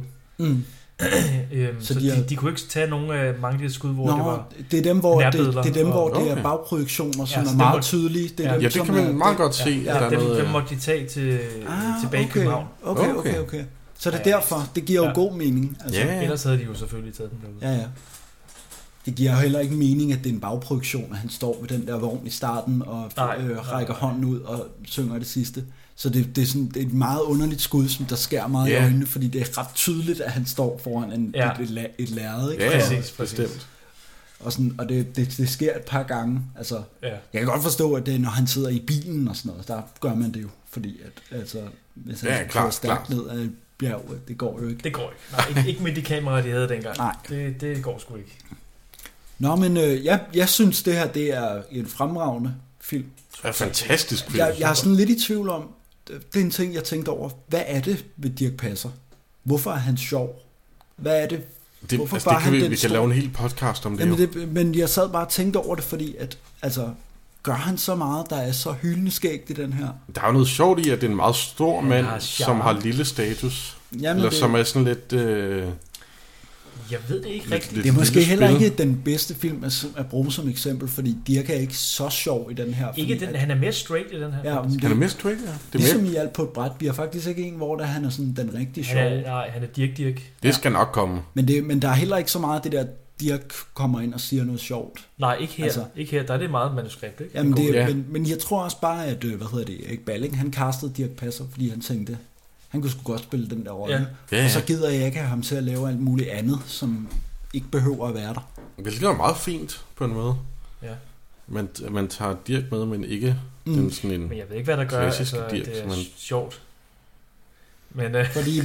Så de kunne ikke tage nogle af mange af de skud, hvor det var det er dem, hvor det er bagprojektioner, som er meget tydelige. Det kan man meget godt se. Dem måtte de tage tilbage i København. Okay. Så det er derfor, det giver jo god mening. Altså. Ellers havde de jo selvfølgelig taget den derude. Ja. Det giver jo heller ikke mening, at det er en bagprojektion, at han står ved den der vogn i starten og rækker hånden ud og synger det sidste. Så det er sådan et meget underligt skud, som der skærer meget i øjnene, fordi det er ret tydeligt, at han står foran et lærred. Ikke? Ja, præcis. Og det sker et par gange. Altså, jeg kan godt forstå, at det, når han sidder i bilen og sådan noget, der gør man det jo, fordi at, altså, hvis han kører stærkt ned af et bjerg, det går jo ikke. Det går ikke. Nej, ikke med de kameraer, de havde dengang. Nej. Det går sgu ikke. Nå, men jeg synes, det her det er en fremragende film. Det er fantastisk film. Jeg er sådan lidt i tvivl om, det er en ting, jeg tænkte over. Hvad er det ved Dirch Passer? Hvorfor er han sjov? Hvad er det? Vi kan lave en hel podcast om det. Men jeg sad bare og tænkte over det, fordi at, altså, gør han så meget, der er så hyldende skægt i den her? Der er jo noget sjovt i, at det er en meget stor mand, som har lille status. Eller som er sådan lidt... Jeg ved det ikke rigtigt. Det er måske heller ikke den bedste film at bruge som eksempel, fordi Dirch er ikke så sjov i den her. Ikke den, han er mere straight i den her. Ja, han er mere straight, ja. Det er ligesom i alt på et bræt. Vi har faktisk ikke en, hvor han er sådan den rigtige sjov. Nej, han er Dirch. Det skal nok komme. Men der er heller ikke så meget det der, Dirch kommer ind og siger noget sjovt. Nej, ikke her. Altså, ikke her. Der er det meget manuskript, ikke? Jamen men jeg tror også bare, at, Erik Balling, han castede Dirch Passer, fordi han tænkte, han kunne sgu godt spille den der rolle. Og så gider jeg ikke have ham til at lave alt muligt andet, som ikke behøver at være der. Hvilket er meget fint på en måde. Ja. Man tager Dirch med, men ikke den sådan en men jeg ved ikke, hvad der gør, altså, Dirch, det er sjovt. Men, fordi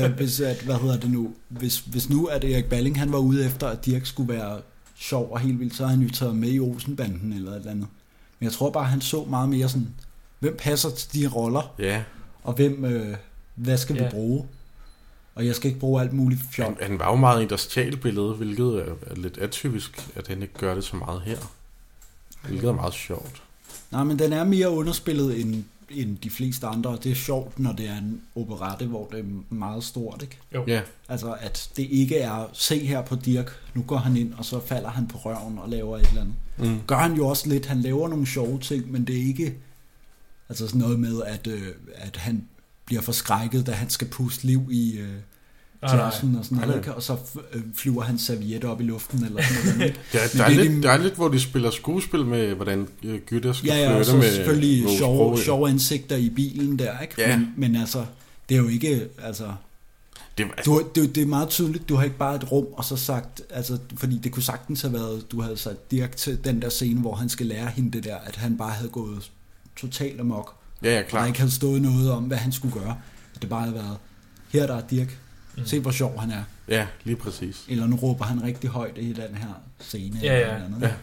hvis nu at Erik Balling, han var ude efter, at Dirch skulle være sjov og helt vildt, så havde han jo taget med i Olsenbanden eller et eller andet. Men jeg tror bare, han så meget mere sådan, hvem passer til de roller? Ja. Og hvad skal vi bruge? Og jeg skal ikke bruge alt muligt fjol. Han var jo meget i der stjælbillede, hvilket er lidt atypisk, at han ikke gør det så meget her. Hvilket er meget sjovt. Nej, men den er mere underspillet end de fleste andre. Det er sjovt, når det er en operette, hvor det er meget stort, ikke? Jo. Ja. Altså, at det ikke er, se her på Dirch, nu går han ind, og så falder han på røven og laver et eller andet. Gør han jo også lidt, han laver nogle sjove ting, men det er ikke altså sådan noget med, at han bliver forskrækket, da han skal puste liv i klassen og sådan noget, og så flyver han servietter op i luften eller sådan noget. Der er lidt, hvor de spiller skuespil med, hvordan Gytter skal flytte og så med selvfølgelig sjove ansigter i bilen der, ikke? Ja. Men altså, det er jo ikke, altså... Det er meget tydeligt, du har ikke bare et rum, og så sagt, altså, fordi det kunne sagtens have været, du havde sat Dirch til den der scene, hvor han skal lære hende det der, at han bare havde gået totalt amok. Ja, klart. Og ikke havde stået noget om, hvad han skulle gøre. Det bare havde været, her der er Dirch. Se, hvor sjov han er. Ja, lige præcis. Eller nu råber han rigtig højt i den her scene. Ja.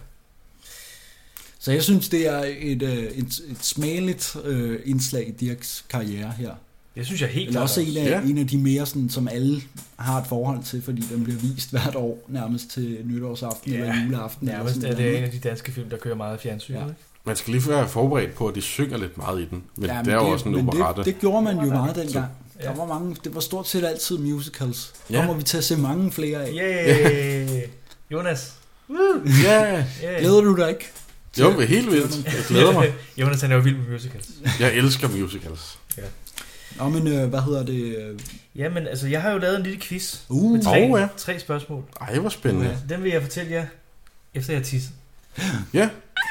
Så jeg synes, det er et smageligt indslag i Dirchs karriere her. Det synes jeg helt klart. Også en af de mere, sådan, som alle har et forhold til, fordi den bliver vist hvert år, nærmest til nytårsaften eller juleaften. Nærmest eller sådan, er det en af de danske film, der kører meget fjernsyn. Ja. Man skal lige være forberedt på, at de synger lidt meget i den. Men det er jo også en operette. Det gjorde man jo meget dengang. Der var mange, det var stort set altid musicals. Der må vi til at se mange flere af. Yeah. Jonas. Yeah. Glæder du dig ikke? Jo, men helt vildt. Jeg glæder mig. Jonas, han er jo vild med musicals. Jeg elsker musicals. Ja. Nå, men hvad hedder det? Jamen, altså, jeg har jo lavet en lille quiz. Med 3 spørgsmål. Ej, hvor spændende. Den vil jeg fortælle jer, efter jeg tisser. Ja.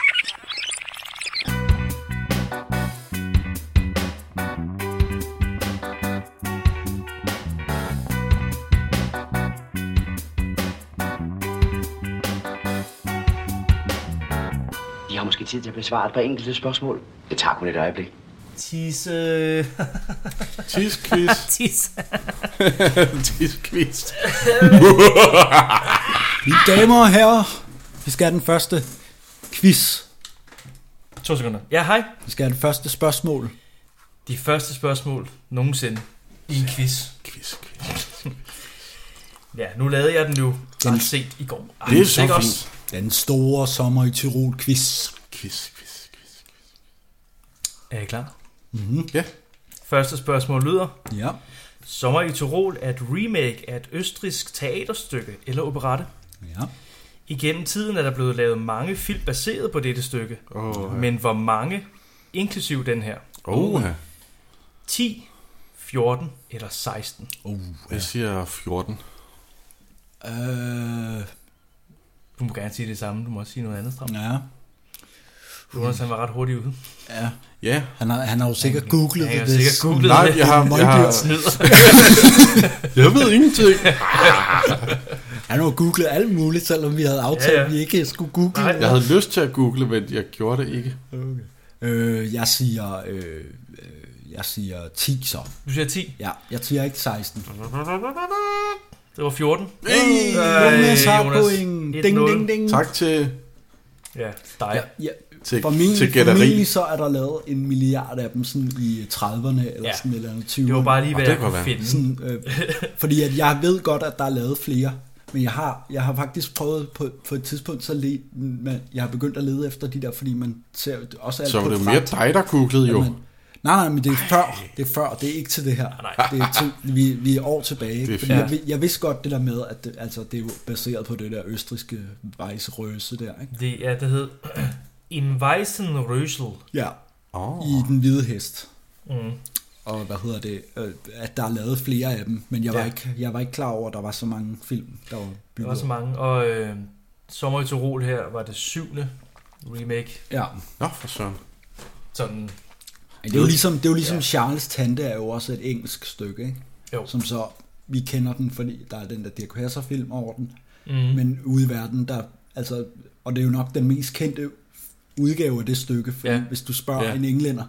I har måske tid til at besvare et par enkelte spørgsmål. Det tager kun et øjeblik. Tisse. Tisquiz. Tisquiz. Mine damer og herrer, vi skal have den første quiz. 2 sekunder. Ja, hej. Vi skal have det første spørgsmål. De første spørgsmål nogensinde i en quiz. Quiz. Ja, nu lavede jeg den jo ret sent i går. Det er så fint. Den store sommer i Tyrol quiz. Quiz. Er I klar? Mm-hmm. Ja. Første spørgsmål lyder. Ja. Sommer i Tyrol er et remake af et østrigsk teaterstykke eller operette. Ja. Igennem tiden er der blevet lavet mange film baseret på dette stykke. Men hvor mange, inklusiv den her? 10, 14 eller 16? Jeg siger 14. Du må gerne sige det samme. Du må også sige noget andet, Stram. Ja. Jonas, han var ret hurtigt ude. Ja. Han har jo sikkert googlet det. Han har sikkert googlet Nej, det. jeg ved ingenting. Han har googlet alt muligt, selvom vi havde aftalt, at vi ikke skulle google. Jeg havde lyst til at google, men jeg gjorde det ikke. Okay. Jeg siger 10 så. Du siger 10? Ja, jeg siger ikke 16. Det var 14. Jonas har point. Ding, ding. Tak til... Ja, dig. Ja. Til formentlig så er der lavet 1 milliard af dem sådan i 30'erne eller sådan et eller andet 20'erne. Det var bare lige, hvad jeg kunne finde. Sådan, fordi at jeg ved godt, at der er lavet flere, men jeg har faktisk prøvet på et tidspunkt, jeg har begyndt at lede efter de der, fordi man ser også alt så på var det mere dig, der googlede jo. Nej, men det er før. Det er ikke til det her. Det er til, vi er år tilbage. Fordi jeg vidste godt det der med, at det er jo baseret på det der østrigske Weißröse der. Ikke? Det hed Im Weißenrösel. Ja, i Den Hvide Hest. Og at der er lavet flere af dem, men jeg var ikke klar over, at der var så mange film, der var bygget. Der var så mange, og Sommer i Tyrol her var det 7. remake. Ja. Nå, for søren. Sådan. Det er jo ligesom Charles Tante er jo også et engelsk stykke, ikke? Jo. Som så, vi kender den, fordi der er den der Dirch Passer film over den, men ude i verden, og det er jo nok den mest kendte udgave af det stykke, fordi hvis du spørger en englænder,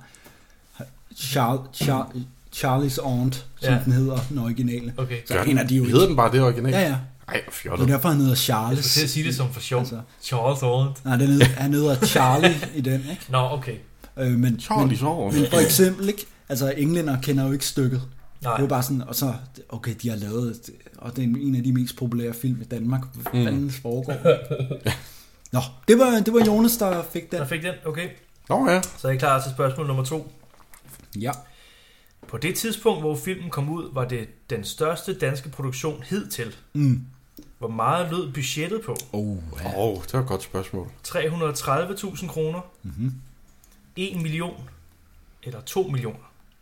Charlie's Aunt, som den hedder, den originale. Okay. Så kender de jo hedder den bare det originale? Ja. Ej, fjollet. Det er derfor, han hedder Charles. Jeg skulle til at sige det som for sjov. Charles Aunt. Nej, han hedder Charlie i den, ikke? Nå, okay. Men for eksempel, ikke? Altså, englænder kender jo ikke stykket. Nej. Det er jo bare sådan, og så, okay, de har lavet, og det er en af de mest populære film i Danmark. Hvad fanden foregår? Nå, det var Jonas, der fik den. Der fik den, okay. Nå ja. Så er I klar til spørgsmål nummer 2? Ja. På det tidspunkt, hvor filmen kom ud, var det den største danske produktion hidtil. Hvor meget lød budgettet på? Det var et godt spørgsmål. 330.000 kroner, 1 million eller 2 millioner?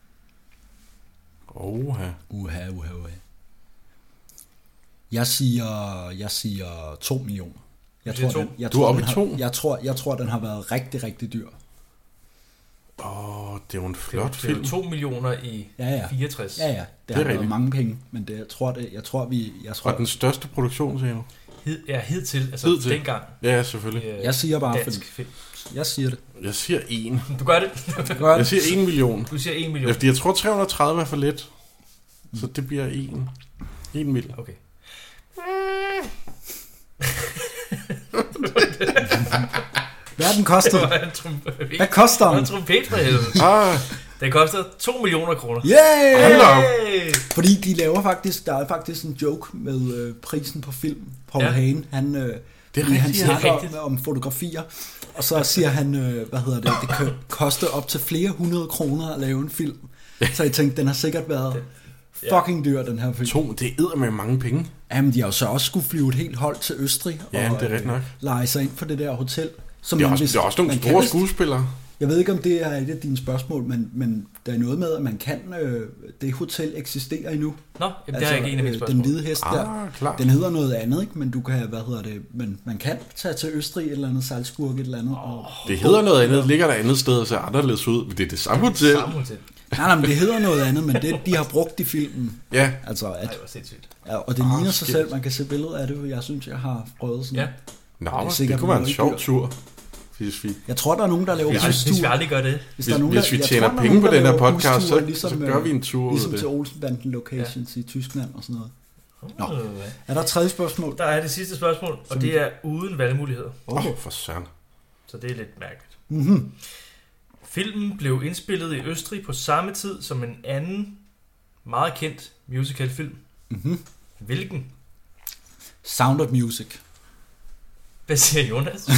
Uha. Jeg siger 2 millioner. Du er oppe i 2? Jeg tror, den har været rigtig, rigtig dyr. Det er jo en flot film. Det er 2 millioner i 64. Ja. Det har været mange penge, men jeg tror... Og den største produktion, siger du? Hidtil, altså dengang. Ja, selvfølgelig. Jeg siger bare... Film. Jeg siger det. Jeg siger 1. Du gør det? Jeg siger 1 million. Du siger 1 million. Fordi jeg tror 330 er for lidt. Så det bliver 1 mil. Okay. Hvad den koster? Hvad koster den? Det var en trompet for helvede. Den koster 2 millioner kroner. Yay! Fordi de laver faktisk, der er faktisk en joke med prisen på film. Paul Hagen, han snakker om fotografier, og så siger han, det kan koste op til flere 100 kroner at lave en film. Så jeg tænkte, den har sikkert været fucking dyr, den her film. Det æder med mange penge. Jamen, de har jo så også skulle flyve et helt hold til Østrig og det er rigtigt nok. lege sig ind på det der hotel. Det er også nogle store skuespillere. Jeg ved ikke, om det er et af dine spørgsmål, men der er noget med, at man kan... det hotel eksisterer endnu. Nå, det er ikke en af mine spørgsmål. Den Hvide Hest der. Klar. Den hedder noget andet, ikke? Men du kan, men man kan tage til Østrig et eller andet, Salzburg et eller andet. Det hedder noget andet, ligger der andet sted og ser anderledes ud, men det er det samme hotel. Nej, men det hedder noget andet, men det de har brugt i filmen. Ja. Altså, det var sindssygt. Ja, og det ligner sig selv, man kan se billeder af det, jeg synes, jeg har prøvet sådan. Ja. Det kunne være en sjov tur. Jeg tror, der er nogen, der laver bustur. Hvis vi aldrig gør det. Hvis vi tjener penge på den her podcast, så gør vi en tur. Ligesom til Olsenbanden Locations i Tyskland og sådan noget. Nå. Er der et tredje spørgsmål? Der er det sidste spørgsmål, og det er uden valgmuligheder. For søren. Så det er lidt mærkeligt. Filmen blev indspillet i Østrig på samme tid som en anden meget kendt musicalfilm. Hvilken? Sound of Music. Hvad siger Jonas?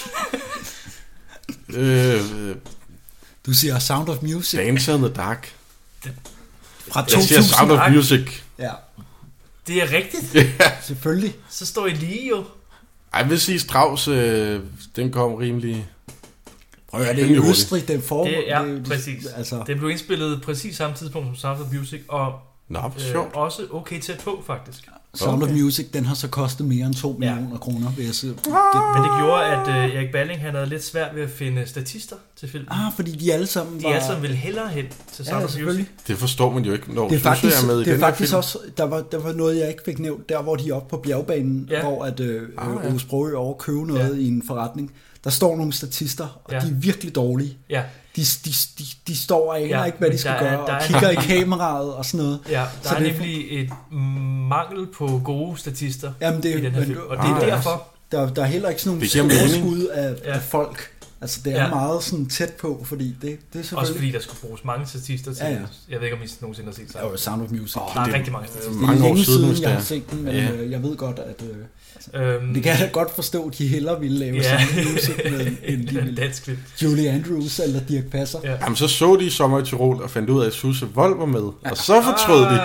Du siger Sound of Music. Dance in the Dark. Fra jeg siger Sound of Music. Ja. Det er rigtigt. Ja. Selvfølgelig. Så står I lige jo. Ej, jeg vil sige Strauss, den kom rimelig... Prøv at det er i Østrig, den form. Præcis. Altså. Den blev indspillet præcis samme tidspunkt som Sound of Music, og også okay tæt på, faktisk. Sound of Music, den har så kostet mere end 2 millioner kroner, vil jeg sige. Men det gjorde, at Erik Balling han havde lidt svært ved at finde statister til filmen. Fordi de alle sammen var... De alle sammen ville hellere hen til Sound of Music. Det forstår man jo ikke, når det er faktisk, er med i det er den faktisk film. også, der var noget, jeg ikke fik nævnt, der hvor de er oppe på bjergbanen, hvor at Ove Sprogøe overkøbe noget i en forretning. Der står nogle statister, og de er virkelig dårlige. Ja. De står og aner ikke, hvad de skal gøre, og kigger i kameraet og sådan noget. Ja, der er nemlig et mangel på gode statister i den her film, og det er derfor. Der er heller ikke sådan nogle overskud af folk. Altså det er meget sådan tæt på, fordi det er selvfølgelig... Også fordi der skulle bruges mange statister til... Jeg ved ikke, om I nogensinde har set Sound of Music. Sound of Music. Der er rigtig mange statister. Det er længe siden, jeg har set den, men jeg ved godt, at... det kan jeg godt forstå, at de hellere ville lave Sound of Music, end de ville. Julie Andrews eller Dirch Passer. Jamen så de Sommer i Tyrol og fandt ud af, at Susse Wold var med, og så fortrød de.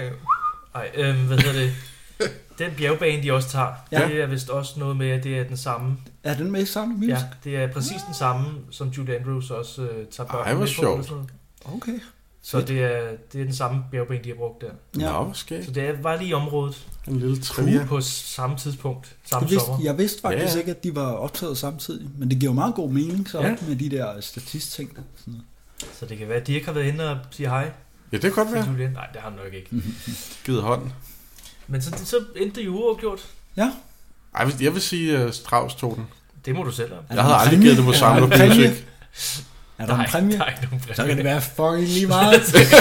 Hvad hedder det? Den bjergbane, de også tager, det er vist også noget med, at det er den samme. Er den med i Sound of Music? Ja, det er præcis den samme, som Julie Andrews også tager børn med sjovt. på. Okay. Så det er den samme bjergbane, de har brugt der. Ja, måske. Så det var lige i området. En lille trivia. På samme tidspunkt, sommer. Jeg vidste faktisk ikke, at de var optaget samtidig, men det giver jo meget god mening så med de der statistting. Så det kan være, at de ikke har været inde og sige hej. Ja, det kan godt være. Nej, det har han nok ikke. Givet hånden. Men så endte det jo uafgjort. Ja. Ej, jeg vil sige Strauss tog den. Det må du selv om. Jeg havde aldrig givet det på Sound of Music. Er der en præmie? Der er ikke nogen præmie. Så kan det være fucking lige meget.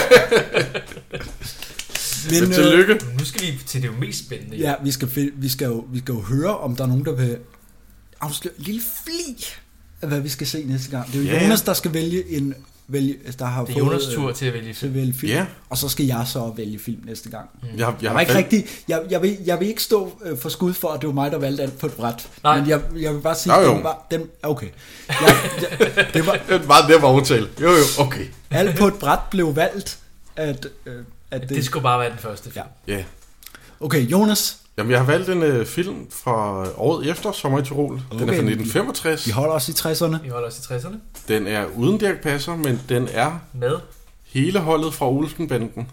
Men tillykke. Nu skal vi til det jo mest spændende. Ja, vi skal jo høre, om der er nogen, der vil afsløre en lille fli af, hvad vi skal se næste gang. Det er jo Jonas, der skal vælge der har det er Jonas tur til at vælge film. Yeah. Og så skal jeg så vælge film næste gang. Jeg var ikke rigtig, jeg vil ikke stå for skud for, at det var mig, der valgte alt på et bræt. Nej. Men jeg vil bare sige, den okay. Det var aftalt. Jo, okay. Alt på et bræt blev valgt, at det skulle bare være den første film. Ja. Okay, Jonas. Jamen, jeg har valgt en film fra året efter Sommer i Tyrol. Den er fra 1965. Vi holder os i 60'erne. Den er uden Dirch Passer, men den er med hele holdet fra Olsenbanden.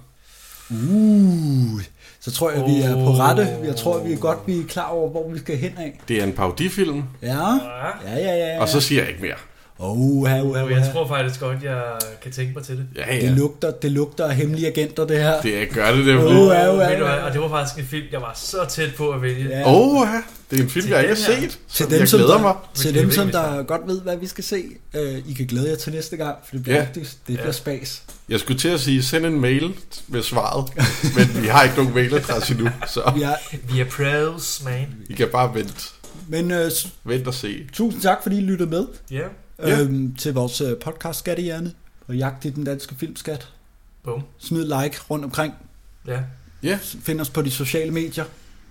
Så tror jeg, vi er på rette. Jeg tror, vi er klar over, hvor vi skal hen af. Det er en parodifilm. Ja. Og så siger jeg ikke mere. Jeg tror faktisk godt, jeg kan tænke mig til det. Ja. Det lugter af hemmelige agenter, det her. Det gør det. Og det var faktisk en film, jeg var så tæt på at vælge. Det er en film, jeg ikke har set. Jeg glæder mig. Til dem, som der godt ved, hvad vi skal se, I kan glæde jer til næste gang, for det bliver spas. Jeg skulle til at sige, send en mail med svaret, men vi har ikke nogen mailadresse endnu. Så. Vi er pros, man. I kan bare vente. Men vent og se. Tusind tak, fordi I lyttede med. Til vores podcast Skattehjerne og jagt i den danske filmskat. Boom. Smid like rundt omkring. Ja. Find os på de sociale medier.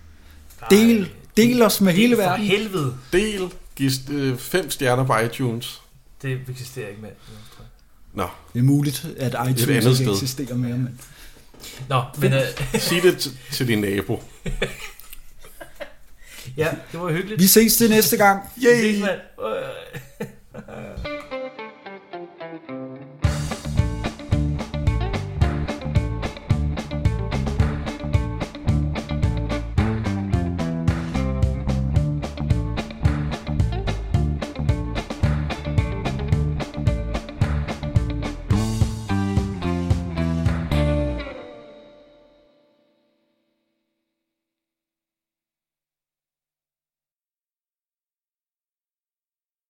Del os med hele verden. Helvede. Del. Giv 5 stjerner på iTunes. Det eksisterer ikke mere. Nå. Det er muligt, at iTunes ikke eksisterer mere. Men... Nå, men... Sig det til din nabo. Ja, det var hyggeligt. Vi ses til næste gang. Yay!